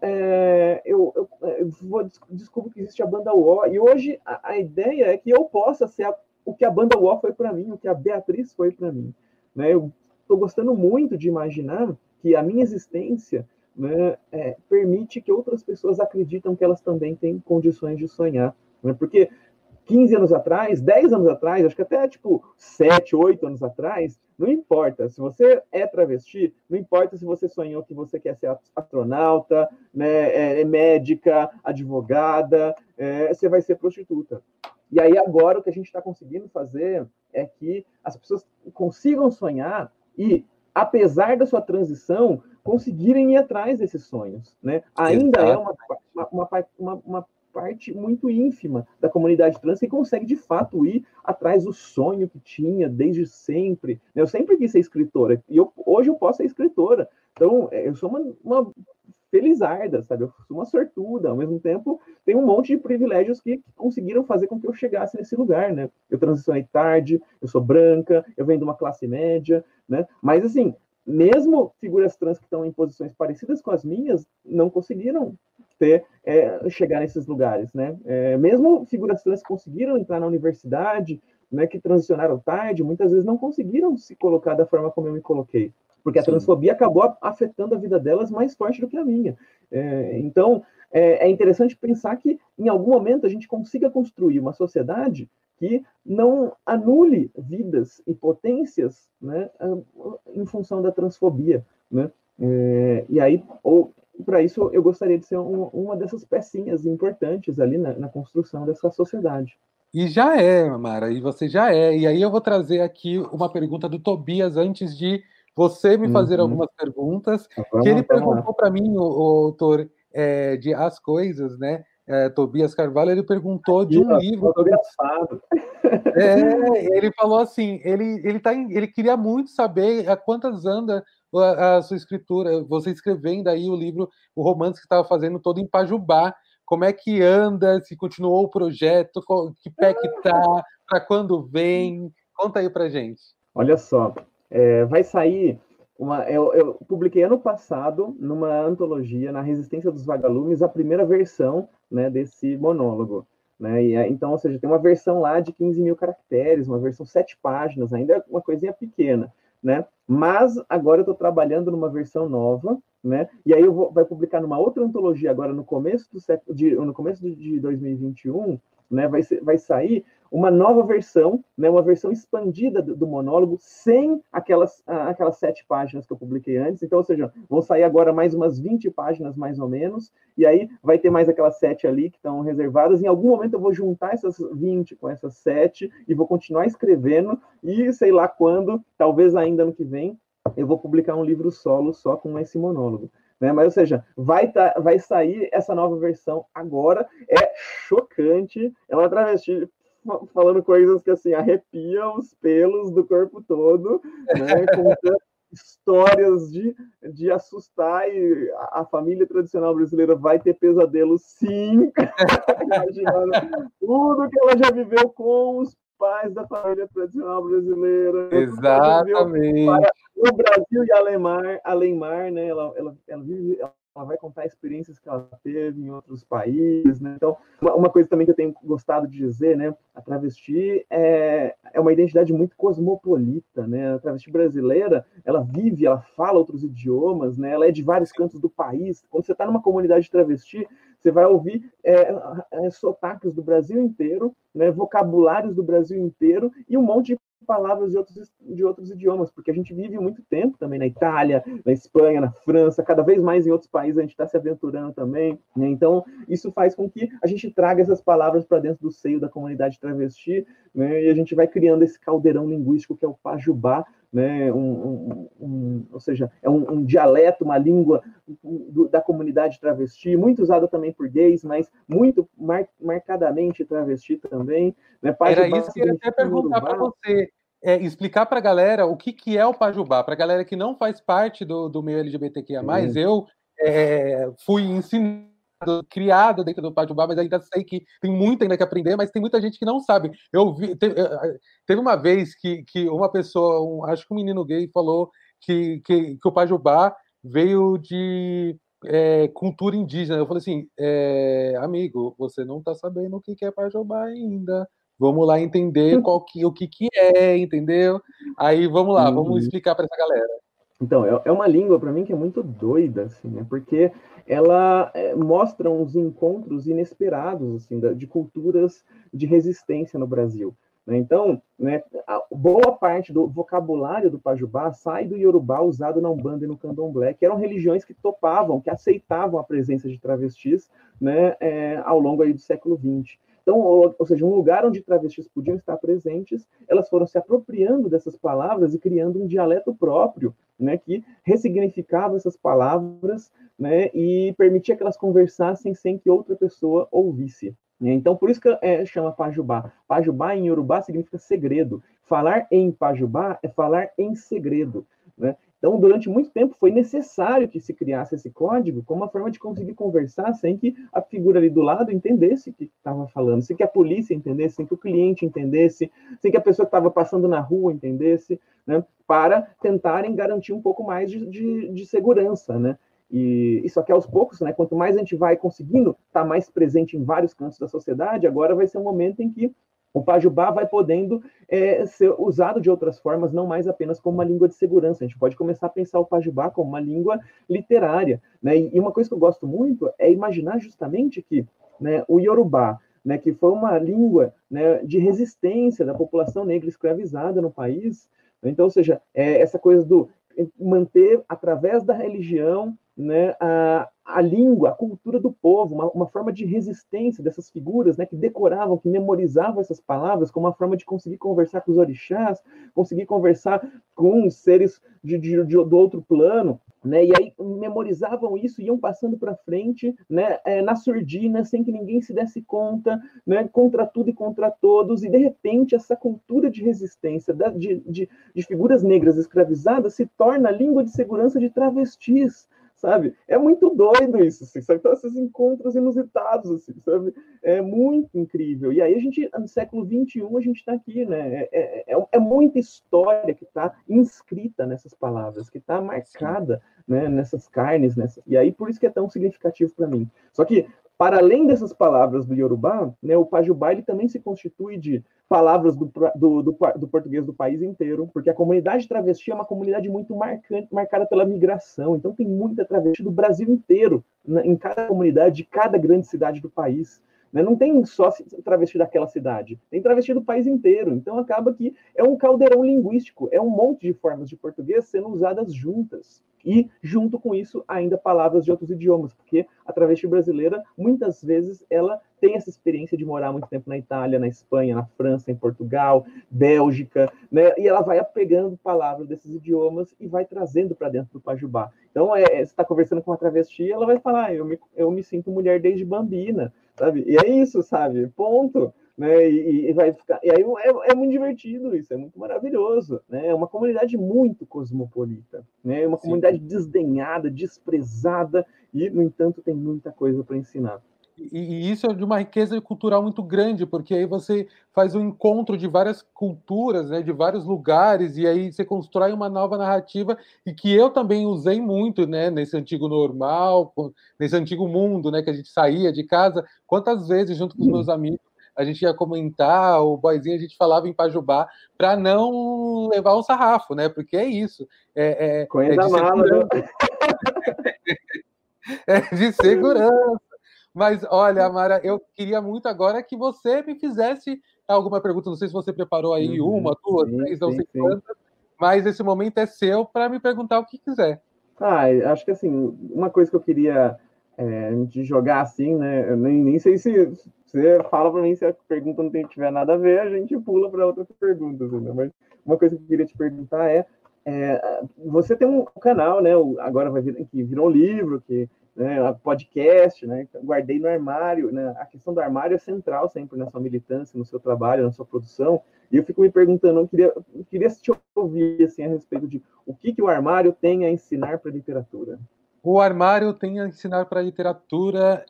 descubro que existe a banda UO, e hoje a ideia é que eu possa ser o que a banda UO foi para mim, o que a Beatriz foi para mim. Né? Eu estou gostando muito de imaginar que a minha existência, né, permite que outras pessoas acreditam que elas também têm condições de sonhar. Né? Porque 15 anos atrás, 10 anos atrás, acho que até 7, 8 anos atrás, não importa. Se você é travesti, não importa se você sonhou que você quer ser astronauta, né, médica, advogada, você vai ser prostituta. E aí agora o que a gente está conseguindo fazer é que as pessoas consigam sonhar e, apesar da sua transição, conseguirem ir atrás desses sonhos. Né? Ainda é uma parte muito ínfima da comunidade trans que consegue, de fato, ir atrás do sonho que tinha desde sempre. Eu sempre quis ser escritora, e hoje eu posso ser escritora. Então, eu sou uma felizarda, sabe? Eu sou uma sortuda. Ao mesmo tempo, tem um monte de privilégios que conseguiram fazer com que eu chegasse nesse lugar, né? Eu transicionei tarde, eu sou branca, eu venho de uma classe média, né? Mas, assim, mesmo figuras trans que estão em posições parecidas com as minhas, não conseguiram chegar nesses lugares, né? Mesmo figuras trans que conseguiram entrar na universidade, né, que transicionaram tarde, muitas vezes não conseguiram se colocar da forma como eu me coloquei, porque a transfobia acabou afetando a vida delas mais forte do que a minha. Então, é interessante pensar que, em algum momento, a gente consiga construir uma sociedade que não anule vidas e potências, né, em função da transfobia, né? E aí, para isso, eu gostaria de ser uma dessas pecinhas importantes ali na construção dessa sociedade. E já é, Mara, e você já é. E aí eu vou trazer aqui uma pergunta do Tobias antes de você me fazer algumas perguntas, que ele perguntou para mim, o autor de As Coisas, né? Tobias Carvalho, ele perguntou aqui, de um livro. Ele falou assim, ele queria muito saber a quantas anda a sua escritura, você escrevendo aí o livro, o romance que estava fazendo todo em Pajubá. Como é que anda, se continuou o projeto, que pé que tá, para quando vem? Conta aí pra gente. Olha só, vai sair eu publiquei ano passado, numa antologia, na Resistência dos Vagalumes, a primeira versão, né, desse monólogo. Né? Então, ou seja, tem uma versão lá de 15 mil caracteres, uma versão 7 páginas, ainda é uma coisinha pequena. Né? Mas agora eu estou trabalhando numa versão nova, né? E aí vai publicar numa outra antologia agora no começo de 2021, né? Vai sair uma nova versão, né, uma versão expandida do monólogo, sem aquelas 7 páginas que eu publiquei antes. Então, ou seja, vão sair agora mais umas 20 páginas, mais ou menos, e aí vai ter mais aquelas 7 ali que estão reservadas. Em algum momento eu vou juntar essas 20 com essas 7 e vou continuar escrevendo, e sei lá quando, talvez ainda ano que vem, eu vou publicar um livro solo só com esse monólogo. Né? Mas, ou seja, vai sair essa nova versão agora. É chocante. É uma travesti falando coisas que, assim, arrepiam os pelos do corpo todo, né? Contando histórias de assustar, e a família tradicional brasileira vai ter pesadelo, sim. Imaginando tudo que ela já viveu com os pais da família tradicional brasileira. Exatamente. Para o Brasil e Alemar, né? Ela vai contar experiências que ela teve em outros países, né? Então, uma coisa também que eu tenho gostado de dizer, né? A travesti é uma identidade muito cosmopolita, né? A travesti brasileira, ela fala outros idiomas, né? Ela é de vários cantos do país. Quando você está numa comunidade travesti, você vai ouvir sotaques do Brasil inteiro, né? Vocabulários do Brasil inteiro e um monte de palavras de outros idiomas, porque a gente vive muito tempo também na Itália, na Espanha, na França, cada vez mais em outros países a gente está se aventurando também, né? Então isso faz com que a gente traga essas palavras para dentro do seio da comunidade travesti, né? E a gente vai criando esse caldeirão linguístico que é o pajubá, né? Ou seja, é um dialeto, uma língua da comunidade travesti, muito usada também por gays, mas muito marcadamente travesti também, né? Pajubá, era isso que eu ia até perguntar para você, explicar para a galera o que é o pajubá, para a galera que não faz parte do meio LGBTQIA+, eu fui ensinado, criado dentro do pajubá, mas ainda sei que tem muito ainda que aprender, mas tem muita gente que não sabe. Teve uma vez que uma pessoa, acho que um menino gay, falou que o pajubá veio de cultura indígena. Eu falei assim, amigo, você não está sabendo o que é pajubá ainda. Vamos lá entender o que é, entendeu? Aí vamos lá, vamos explicar para essa galera. Então, é uma língua, para mim, que é muito doida, assim, né? Porque ela mostra uns encontros inesperados, assim, de culturas de resistência no Brasil. Né? Então, né, boa parte do vocabulário do pajubá sai do iorubá usado na Umbanda e no Candomblé, que eram religiões que topavam, que aceitavam a presença de travestis, né, ao longo aí do século XX. Então, ou seja, um lugar onde travestis podiam estar presentes, elas foram se apropriando dessas palavras e criando um dialeto próprio, né, que ressignificava essas palavras, né, e permitia que elas conversassem sem que outra pessoa ouvisse. Então, por isso que chama pajubá. Pajubá em iorubá significa segredo. Falar em pajubá é falar em segredo, né? Então, durante muito tempo, foi necessário que se criasse esse código como uma forma de conseguir conversar sem que a figura ali do lado entendesse o que estava falando, sem que a polícia entendesse, sem que o cliente entendesse, sem que a pessoa que estava passando na rua entendesse, né, para tentarem garantir um pouco mais de segurança, né? E só que aos poucos, né, quanto mais a gente vai conseguindo estar mais presente em vários cantos da sociedade, agora vai ser um momento em que o pajubá vai podendo ser usado de outras formas, não mais apenas como uma língua de segurança. A gente pode começar a pensar o pajubá como uma língua literária, né? E uma coisa que eu gosto muito é imaginar justamente que, né, o iorubá, né, que foi uma língua, né, de resistência da população negra escravizada no país, né? Então, ou seja, essa coisa do manter, através da religião, né, a língua, a cultura do povo, uma forma de resistência dessas figuras, né, que decoravam, que memorizavam essas palavras como uma forma de conseguir conversar com os orixás, conseguir conversar com os seres do outro plano, né, e aí memorizavam isso e iam passando para frente, né, na surdina, sem que ninguém se desse conta, né, contra tudo e contra todos, e de repente essa cultura de resistência de figuras negras escravizadas se torna a língua de segurança de travestis, sabe? É muito doido isso, assim, sabe? Então, esses encontros inusitados, assim, sabe? É muito incrível. E aí a gente, no século XXI, a gente está aqui, né? É muita história que está inscrita nessas palavras, que está marcada, né, nessas carnes, e aí por isso que é tão significativo para mim. Só que, para além dessas palavras do iorubá, né, o pajubá ele também se constitui de palavras do português do país inteiro, porque a comunidade travesti é uma comunidade muito marcada pela migração, então tem muita travesti do Brasil inteiro, em cada comunidade, de cada grande cidade do país. né? Não tem só travesti daquela cidade, tem travesti do país inteiro. Então acaba que é um caldeirão linguístico, é um monte de formas de português sendo usadas juntas. E, junto com isso, ainda palavras de outros idiomas, porque a travesti brasileira, muitas vezes, ela tem essa experiência de morar muito tempo na Itália, na Espanha, na França, em Portugal, Bélgica, né? E ela vai pegando palavras desses idiomas e vai trazendo para dentro do Pajubá. Então, você está conversando com uma travesti, ela vai falar, eu me sinto mulher desde bambina, sabe? E é isso, sabe? Ponto. Né, e vai ficar, e aí é muito divertido isso, é muito maravilhoso, né? É uma comunidade muito cosmopolita, né? É uma comunidade desdenhada, desprezada e, no entanto, tem muita coisa para ensinar. E isso é de uma riqueza cultural muito grande, porque aí você faz um encontro de várias culturas, né, de vários lugares, e aí você constrói uma nova narrativa, e que eu também usei muito, né, nesse antigo normal, nesse antigo mundo, né, que a gente saía de casa. Quantas vezes, junto com os meus amigos, a gente ia comentar, o boyzinho, a gente falava em Pajubá, para não levar um sarrafo, né, porque é isso. É de segurança. É de segurança. Mas, olha, Amara, eu queria muito agora que você me fizesse alguma pergunta. Não sei se você preparou aí uma, duas, três, não sei quantas, mas esse momento é seu para me perguntar o que quiser. Acho que, assim, uma coisa que eu queria de jogar assim, né? Eu nem sei se você fala para mim se a pergunta não tiver nada a ver, a gente pula para outra pergunta. Assim, né? Mas uma coisa que eu queria te perguntar você tem um canal, né? Agora que virou um livro, que podcast, né? Guardei no armário, né? A questão do armário é central sempre na sua militância, no seu trabalho, na sua produção. E eu fico me perguntando, eu queria te ouvir assim, a respeito de o que o armário tem a ensinar para a literatura. O armário tem a ensinar para a literatura.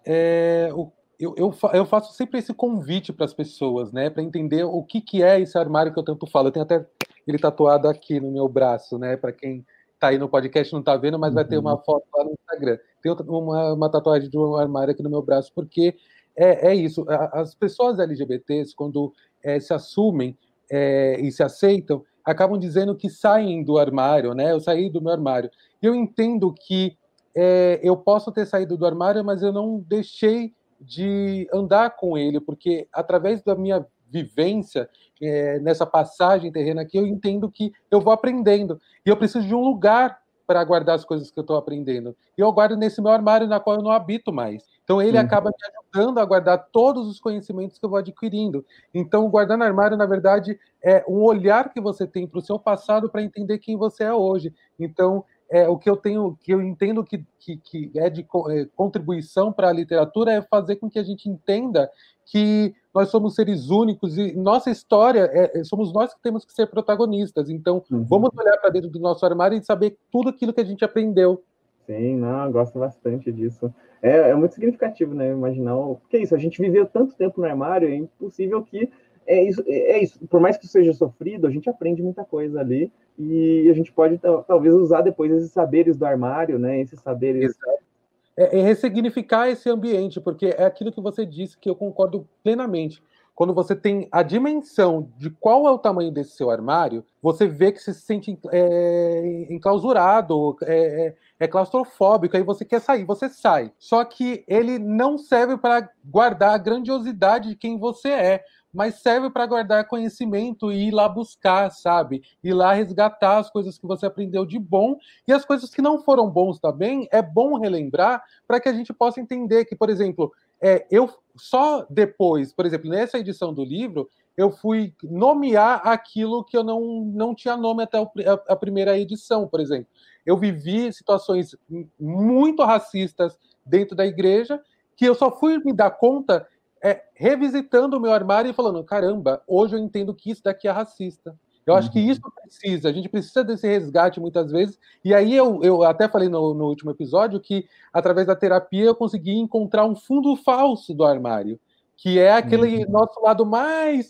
Eu faço sempre esse convite para as pessoas, né? Para entender o que é esse armário que eu tanto falo. Eu tenho até ele tatuado aqui no meu braço, né? Para quem está aí no podcast não está vendo, mas vai ter uma foto lá no Instagram. Tem uma tatuagem de um armário aqui no meu braço, porque é isso. As pessoas LGBTs, quando se assumem e se aceitam, acabam dizendo que saem do armário, né? Eu saí do meu armário. E eu entendo que eu posso ter saído do armário, mas eu não deixei de andar com ele, porque através da minha vivência nessa passagem terrena aqui, eu entendo que eu vou aprendendo. E eu preciso de um lugar para guardar as coisas que eu estou aprendendo. E eu guardo nesse meu armário, na qual eu não habito mais. Então, ele acaba me ajudando a guardar todos os conhecimentos que eu vou adquirindo. Então, guardar no armário, na verdade, é um olhar que você tem para o seu passado para entender quem você é hoje. Então, o que eu entendo que é de contribuição para a literatura é fazer com que a gente entenda que nós somos seres únicos e nossa história somos nós que temos que ser protagonistas. Então, vamos olhar para dentro do nosso armário e saber tudo aquilo que a gente aprendeu. Sim, não, eu gosto bastante disso. É muito significativo, né? Imaginar porque é isso, a gente viveu tanto tempo no armário, é impossível que é isso. Por mais que seja sofrido, a gente aprende muita coisa ali e a gente pode talvez usar depois esses saberes do armário, né? Esses saberes. Exato. Ressignificar esse ambiente, porque é aquilo que você disse que eu concordo plenamente. Quando você tem a dimensão de qual é o tamanho desse seu armário, você vê que você se sente enclausurado, claustrofóbico, aí você quer sair, você sai. Só que ele não serve para guardar a grandiosidade de quem você é, mas serve para guardar conhecimento e ir lá buscar, sabe? Ir lá resgatar as coisas que você aprendeu de bom e as coisas que não foram bons também, é bom relembrar para que a gente possa entender que, por exemplo, eu só depois, por exemplo, nessa edição do livro, eu fui nomear aquilo que eu não tinha nome até a primeira edição, por exemplo. Eu vivi situações muito racistas dentro da igreja que eu só fui me dar conta revisitando o meu armário e falando, caramba, hoje eu entendo que isso daqui é racista. Eu acho que isso a gente precisa desse resgate muitas vezes, e aí eu até falei no último episódio que, através da terapia, eu consegui encontrar um fundo falso do armário, que é aquele nosso lado mais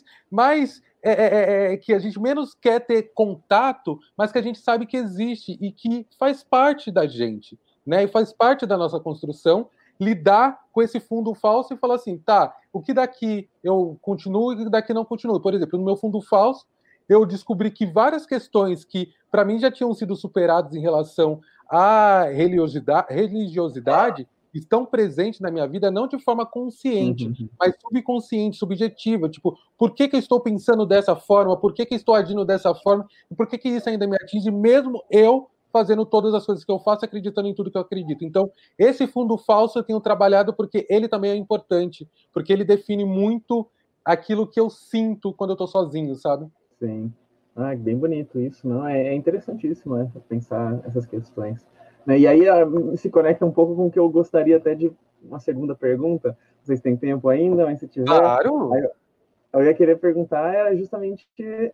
que a gente menos quer ter contato, mas que a gente sabe que existe e que faz parte da gente, né? E faz parte da nossa construção, lidar com esse fundo falso e falar assim, tá, o que daqui eu continuo e o que daqui não continuo. Por exemplo, no meu fundo falso, eu descobri que várias questões que, para mim, já tinham sido superadas em relação à religiosidade, estão presentes na minha vida não de forma consciente, mas subconsciente, subjetiva. Tipo, por que eu estou pensando dessa forma? Por que eu estou agindo dessa forma? E por que isso ainda me atinge, mesmo eu fazendo todas as coisas que eu faço, acreditando em tudo que eu acredito? Então, esse fundo falso eu tenho trabalhado porque ele também é importante, porque ele define muito aquilo que eu sinto quando eu estou sozinho, sabe? Sim. Ah, bem bonito isso, não? É interessantíssimo, né, pensar essas questões. Né? E aí se conecta um pouco com o que eu gostaria até de uma segunda pergunta. Vocês têm tempo ainda, mas se tiver... Claro! Eu ia querer perguntar era justamente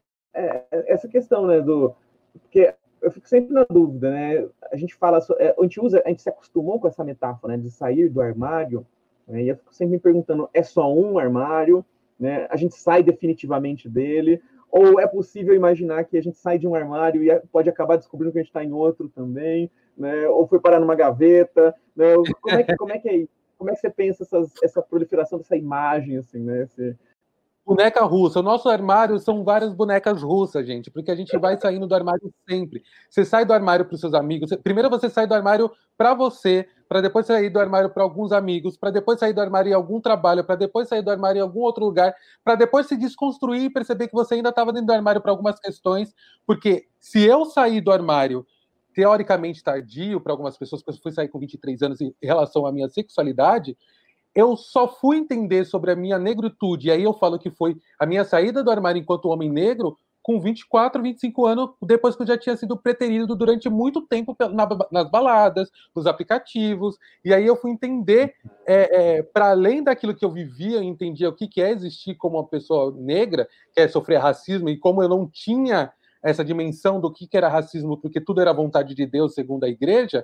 essa questão, né, porque eu fico sempre na dúvida, né? A gente fala, a gente se acostumou com essa metáfora, né, de sair do armário, né, e eu fico sempre me perguntando, é só um armário, né? A gente sai definitivamente dele, ou é possível imaginar que a gente sai de um armário e pode acabar descobrindo que a gente está em outro também, né? Ou foi parar numa gaveta, né? Como é que é isso? Como é que você pensa essa proliferação dessa imagem, assim, né? Boneca russa. O nosso armário são várias bonecas russas, gente, porque a gente vai saindo do armário sempre. Você sai do armário para os seus amigos. Primeiro você sai do armário para você, para depois sair do armário para alguns amigos, para depois sair do armário em algum trabalho, para depois sair do armário em algum outro lugar, para depois se desconstruir e perceber que você ainda estava dentro do armário para algumas questões. Porque se eu sair do armário teoricamente tardio para algumas pessoas, porque eu fui sair com 23 anos em relação à minha sexualidade, eu só fui entender sobre a minha negritude, e aí eu falo que foi a minha saída do armário enquanto homem negro com 24, 25 anos, depois que eu já tinha sido preterido durante muito tempo nas baladas, nos aplicativos, e aí eu fui entender, para além daquilo que eu vivia, eu entendia o que é existir como uma pessoa negra, que é sofrer racismo, e como eu não tinha essa dimensão do que era racismo, porque tudo era vontade de Deus, segundo a igreja,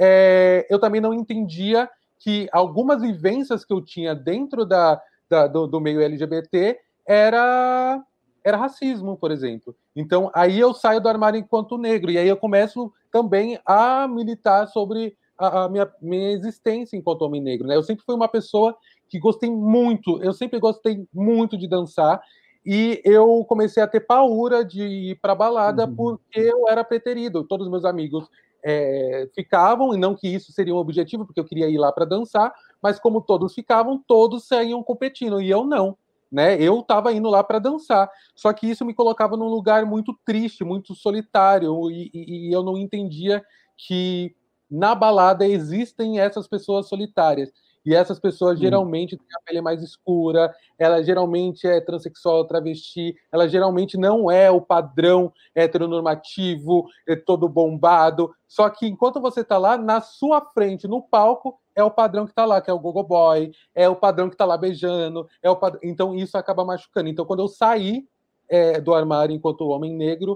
eu também não entendia que algumas vivências que eu tinha dentro do meio LGBT era racismo, por exemplo. Então, aí eu saio do armário enquanto negro, e aí eu começo também a militar sobre a minha existência enquanto homem negro, né? Eu sempre fui uma pessoa que eu sempre gostei muito de dançar, e eu comecei a ter paura de ir para balada porque eu era preterido. Todos os meus amigos ficavam, e não que isso seria um objetivo, porque eu queria ir lá para dançar, mas como todos ficavam, todos saíam competindo, e eu não, né? Eu estava indo lá para dançar, só que isso me colocava num lugar muito triste, muito solitário, e eu não entendia que na balada existem essas pessoas solitárias, e essas pessoas geralmente têm a pele mais escura, ela geralmente é transexual, travesti, ela geralmente não é o padrão heteronormativo, todo bombado. Só que enquanto você está lá, na sua frente, no palco, é o padrão que está lá, que é o gogo boy, é o padrão que está lá beijando, então isso acaba machucando. Então, quando eu saí do armário enquanto homem negro,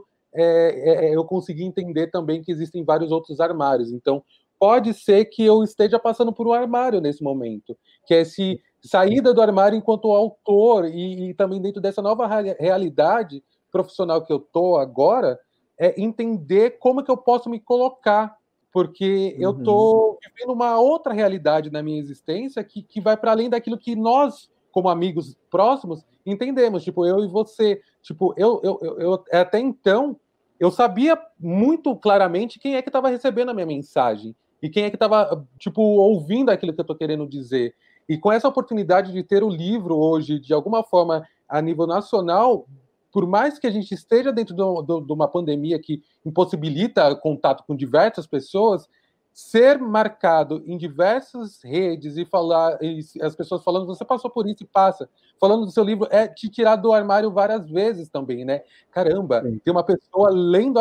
eu consegui entender também que existem vários outros armários. Então, pode ser que eu esteja passando por um armário nesse momento, que é esse saída do armário enquanto autor, e também dentro dessa nova realidade profissional que eu estou agora, entender como que eu posso me colocar, porque eu estou vivendo uma outra realidade na minha existência que vai para além daquilo que nós, como amigos próximos, entendemos. Tipo, eu e você. Tipo, eu até então, eu sabia muito claramente quem é que estava recebendo a minha mensagem e quem é que estava, tipo, ouvindo aquilo que eu estou querendo dizer. E com essa oportunidade de ter o livro hoje, de alguma forma, a nível nacional, por mais que a gente esteja dentro de uma pandemia que impossibilita contato com diversas pessoas, ser marcado em diversas redes e falar, e as pessoas falando, você passou por isso e passa, falando do seu livro, é te tirar do armário várias vezes também, né? Caramba, tem uma pessoa lendo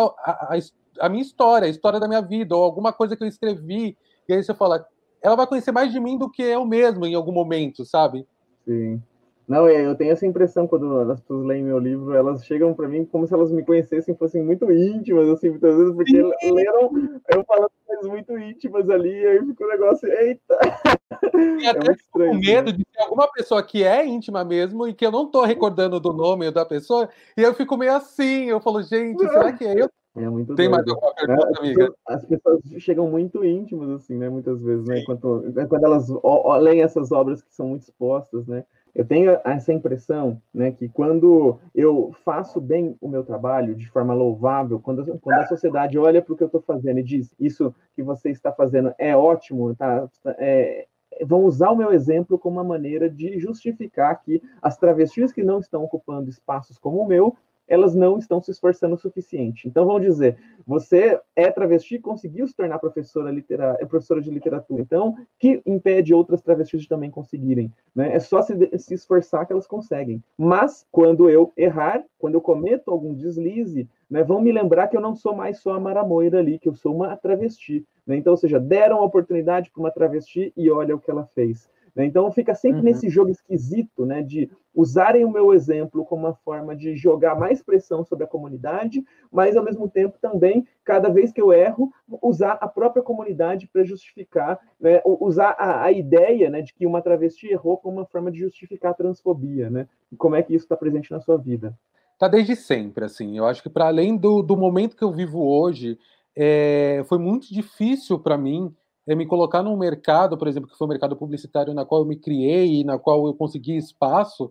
a minha história, a história da minha vida, ou alguma coisa que eu escrevi, e aí você fala, ela vai conhecer mais de mim do que eu mesmo em algum momento, sabe? Sim. Não, eu tenho essa impressão quando as pessoas leem meu livro, elas chegam para mim como se elas me conhecessem, fossem muito íntimas, assim, muitas vezes, porque leram eu falando coisas muito íntimas ali, aí fica um negócio, eita! E até muito estranho, com medo, né, de ter alguma pessoa que é íntima mesmo e que eu não tô recordando do nome da pessoa, e eu fico meio assim, eu falo, gente, será que é eu? É muito Tem doido. mais alguma pergunta, amiga? As pessoas chegam muito íntimas, assim, né? Muitas vezes, né? Quando elas leem essas obras que são muito expostas, né? Eu tenho essa impressão, né, que quando eu faço bem o meu trabalho de forma louvável, quando a sociedade olha para o que eu estou fazendo e diz, isso que você está fazendo é ótimo, vão usar o meu exemplo como uma maneira de justificar que as travestis que não estão ocupando espaços como o meu, elas não estão se esforçando o suficiente. Então, vão dizer, você é travesti e conseguiu se tornar professora de literatura. Então, que impede outras travestis de também conseguirem? Né? É só se esforçar que elas conseguem. Mas, quando eu errar, quando eu cometo algum deslize, né, vão me lembrar que eu não sou mais só a Mara Moira ali, que eu sou uma travesti. Né? Então, ou seja, deram a oportunidade para uma travesti e olha o que ela fez. Então, fica sempre nesse jogo esquisito, né, de usarem o meu exemplo como uma forma de jogar mais pressão sobre a comunidade, mas, ao mesmo tempo, também, cada vez que eu erro, usar a própria comunidade para justificar, né, usar a ideia, né, de que uma travesti errou como uma forma de justificar a transfobia. Né? E como é que isso está presente na sua vida? Tá desde sempre, assim. Eu acho que, para além do momento que eu vivo hoje, foi muito difícil para mim me colocar num mercado, por exemplo, que foi o mercado publicitário na qual eu me criei, na qual eu consegui espaço,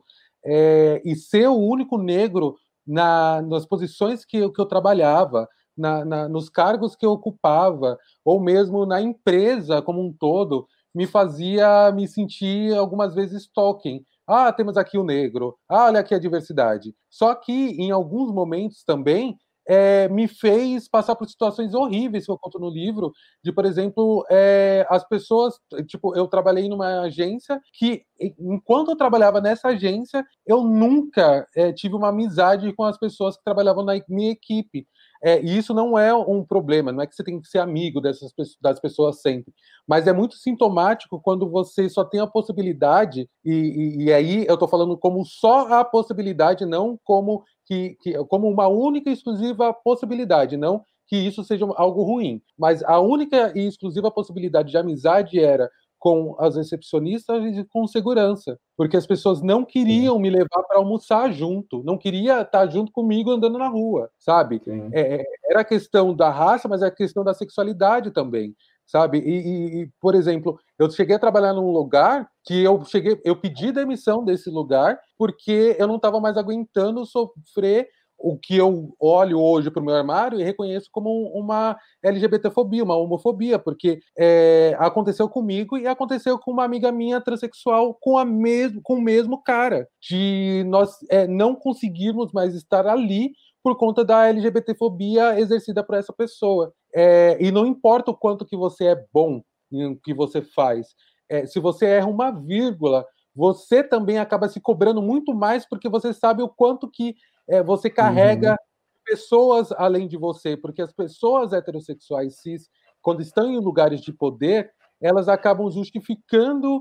e ser o único negro nas posições que eu trabalhava, nos cargos que eu ocupava, ou mesmo na empresa como um todo, me fazia me sentir algumas vezes stalking. Ah, temos aqui o negro. Ah, olha aqui a diversidade. Só que, em alguns momentos também, me fez passar por situações horríveis que eu conto no livro, de, por exemplo, as pessoas, tipo, eu trabalhei numa agência que, enquanto eu trabalhava nessa agência, eu nunca tive uma amizade com as pessoas que trabalhavam na minha equipe. E isso não é um problema, não é que você tem que ser amigo das pessoas sempre, mas é muito sintomático quando você só tem a possibilidade, e aí eu estou falando como só a possibilidade, não como como uma única e exclusiva possibilidade, não que isso seja algo ruim, mas a única e exclusiva possibilidade de amizade era com as recepcionistas e com segurança, porque as pessoas não queriam me levar para almoçar junto, não queria estar junto comigo andando na rua, sabe? Era a questão da raça, mas é a questão da sexualidade também, sabe? Por exemplo, eu cheguei a trabalhar num lugar que eu pedi demissão desse lugar porque eu não estava mais aguentando sofrer o que eu olho hoje para o meu armário e reconheço como uma LGBTfobia, uma homofobia, porque aconteceu comigo e aconteceu com uma amiga minha transexual com o mesmo cara, de nós não conseguirmos mais estar ali por conta da LGBTfobia exercida por essa pessoa. E não importa o quanto que você é bom no que você faz, se você erra uma vírgula, você também acaba se cobrando muito mais porque você sabe o quanto que você carrega pessoas além de você, porque as pessoas heterossexuais cis, quando estão em lugares de poder, elas acabam justificando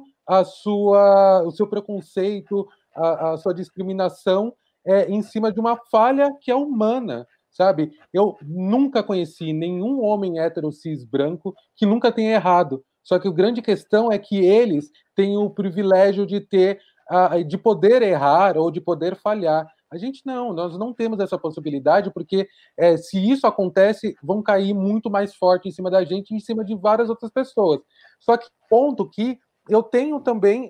o seu preconceito, a sua discriminação em cima de uma falha que é humana, sabe? Eu nunca conheci nenhum homem hétero cis branco que nunca tenha errado. Só que a grande questão é que eles têm o privilégio de poder errar ou de poder falhar. A gente não, nós não temos essa possibilidade, porque se isso acontece, vão cair muito mais forte em cima da gente e em cima de várias outras pessoas. Só que ponto que eu tenho também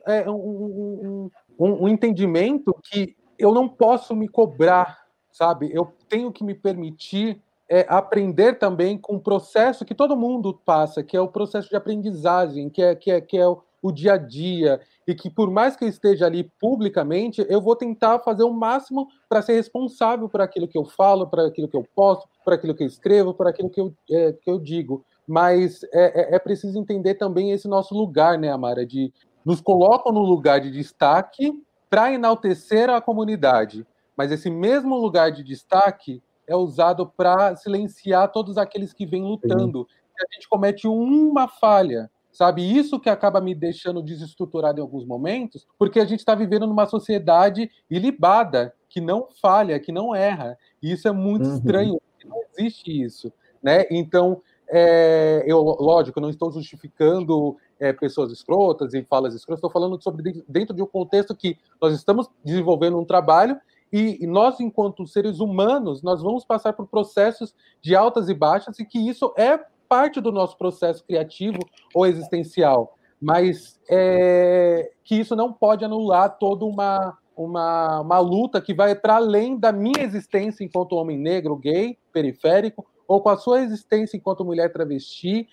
um entendimento que eu não posso me cobrar, sabe? Eu tenho que me permitir aprender também com o processo que todo mundo passa, que é o processo de aprendizagem, que é o dia a dia, e que por mais que eu esteja ali publicamente, eu vou tentar fazer o máximo para ser responsável por aquilo que eu falo, por aquilo que eu posto, por aquilo que eu escrevo, por aquilo que eu digo. Mas é preciso entender também esse nosso lugar, né, Amara? Nos colocam no lugar de destaque para enaltecer a comunidade, mas esse mesmo lugar de destaque é usado para silenciar todos aqueles que vêm lutando. E a gente comete uma falha, sabe? Isso que acaba me deixando desestruturado em alguns momentos, porque a gente está vivendo numa sociedade ilibada, que não falha, que não erra. E isso é muito estranho, porque não existe isso, né? Então, lógico, não estou justificando pessoas escrotas e falas escrotas, estou falando sobre dentro de um contexto que nós estamos desenvolvendo um trabalho e nós, enquanto seres humanos, nós vamos passar por processos de altas e baixas e que isso é parte do nosso processo criativo ou existencial. mas que isso não pode anular toda uma luta que vai para além da minha existência enquanto homem negro, gay, periférico, ou com a sua existência enquanto mulher travesti,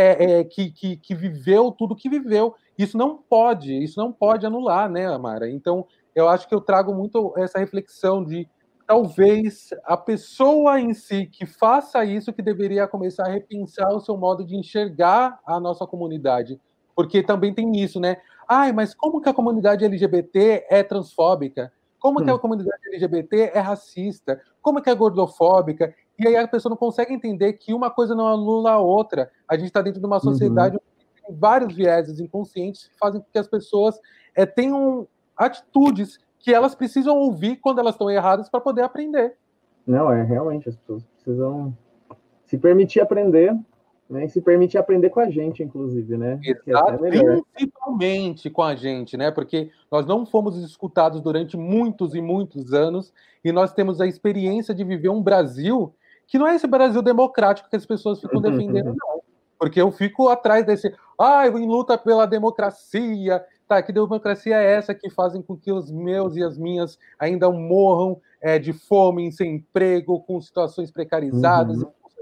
que viveu tudo que viveu. Isso não pode anular, né, Amara? Então, eu acho que eu trago muito essa reflexão de talvez a pessoa em si que faça isso que deveria começar a repensar o seu modo de enxergar a nossa comunidade. Porque também tem isso, né? Mas como que a comunidade LGBT é transfóbica? Como que a comunidade LGBT é racista? Como que é gordofóbica? E aí a pessoa não consegue entender que uma coisa não anula a outra. A gente está dentro de uma sociedade onde tem vários vieses inconscientes que fazem com que as pessoas tenham atitudes que elas precisam ouvir quando elas estão erradas para poder aprender. Não, realmente, as pessoas precisam se permitir aprender, né? E se permitir aprender com a gente, inclusive, né? Exato, principalmente com a gente, né? Porque nós não fomos escutados durante muitos e muitos anos e nós temos a experiência de viver um Brasil que não é esse Brasil democrático que as pessoas ficam defendendo, não. Porque eu fico atrás desse, eu em luta pela democracia. Tá, que democracia é essa que fazem com que os meus e as minhas ainda morram de fome, sem emprego, com situações precarizadas?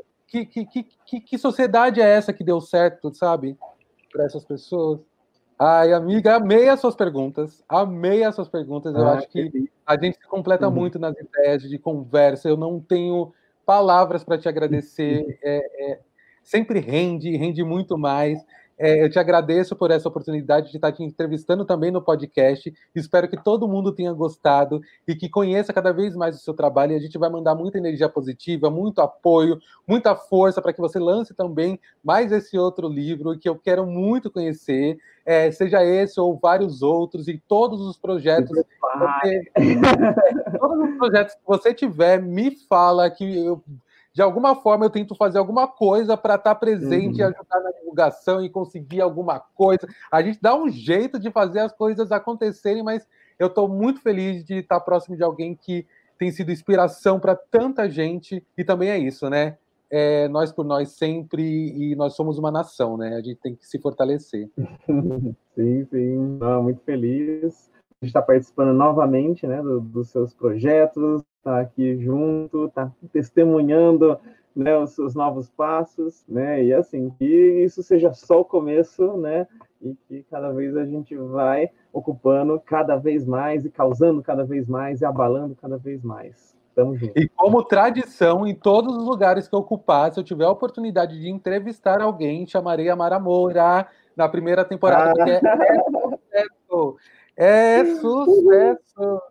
Que sociedade é essa que deu certo, sabe? Para essas pessoas. Ai, amiga, amei as suas perguntas. Eu acho que a gente se completa muito nas ideias de conversa. Eu não tenho palavras para te agradecer. Sempre rende muito mais. Eu te agradeço por essa oportunidade de estar te entrevistando também no podcast. Espero que todo mundo tenha gostado e que conheça cada vez mais o seu trabalho. E a gente vai mandar muita energia positiva, muito apoio, muita força para que você lance também mais esse outro livro que eu quero muito conhecer, seja esse ou vários outros, e todos os projetos que você tiver, me fala que de alguma forma eu tento fazer alguma coisa para estar presente e ajudar na divulgação e conseguir alguma coisa. A gente dá um jeito de fazer as coisas acontecerem, mas eu estou muito feliz de estar próximo de alguém que tem sido inspiração para tanta gente, e também é isso, né? Nós por nós sempre, e nós somos uma nação, né? A gente tem que se fortalecer. Sim. Muito feliz de estar participando novamente, né, dos seus projetos, estar aqui junto, estar testemunhando, né, os seus novos passos, né, e assim, que isso seja só o começo, né, e que cada vez a gente vai ocupando cada vez mais e causando cada vez mais e abalando cada vez mais. Tamo junto. E como tradição, em todos os lugares que eu ocupar, se eu tiver a oportunidade de entrevistar alguém, chamarei a Mara Moura na primeira temporada, porque sucesso! É sucesso!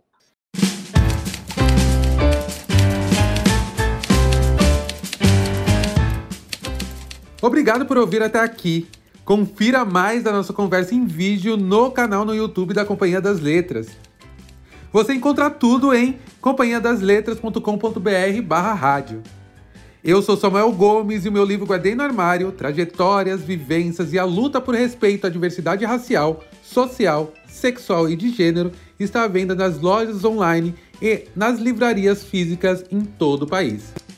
Obrigado por ouvir até aqui. Confira mais da nossa conversa em vídeo no canal no YouTube da Companhia das Letras. Você encontra tudo em companhiadasletras.com.br/rádio. Eu sou Samuel Gomes e o meu livro Guardei no Armário, Trajetórias, Vivências e a Luta por Respeito à Diversidade Racial, Social, Sexual e de Gênero está à venda nas lojas online e nas livrarias físicas em todo o país.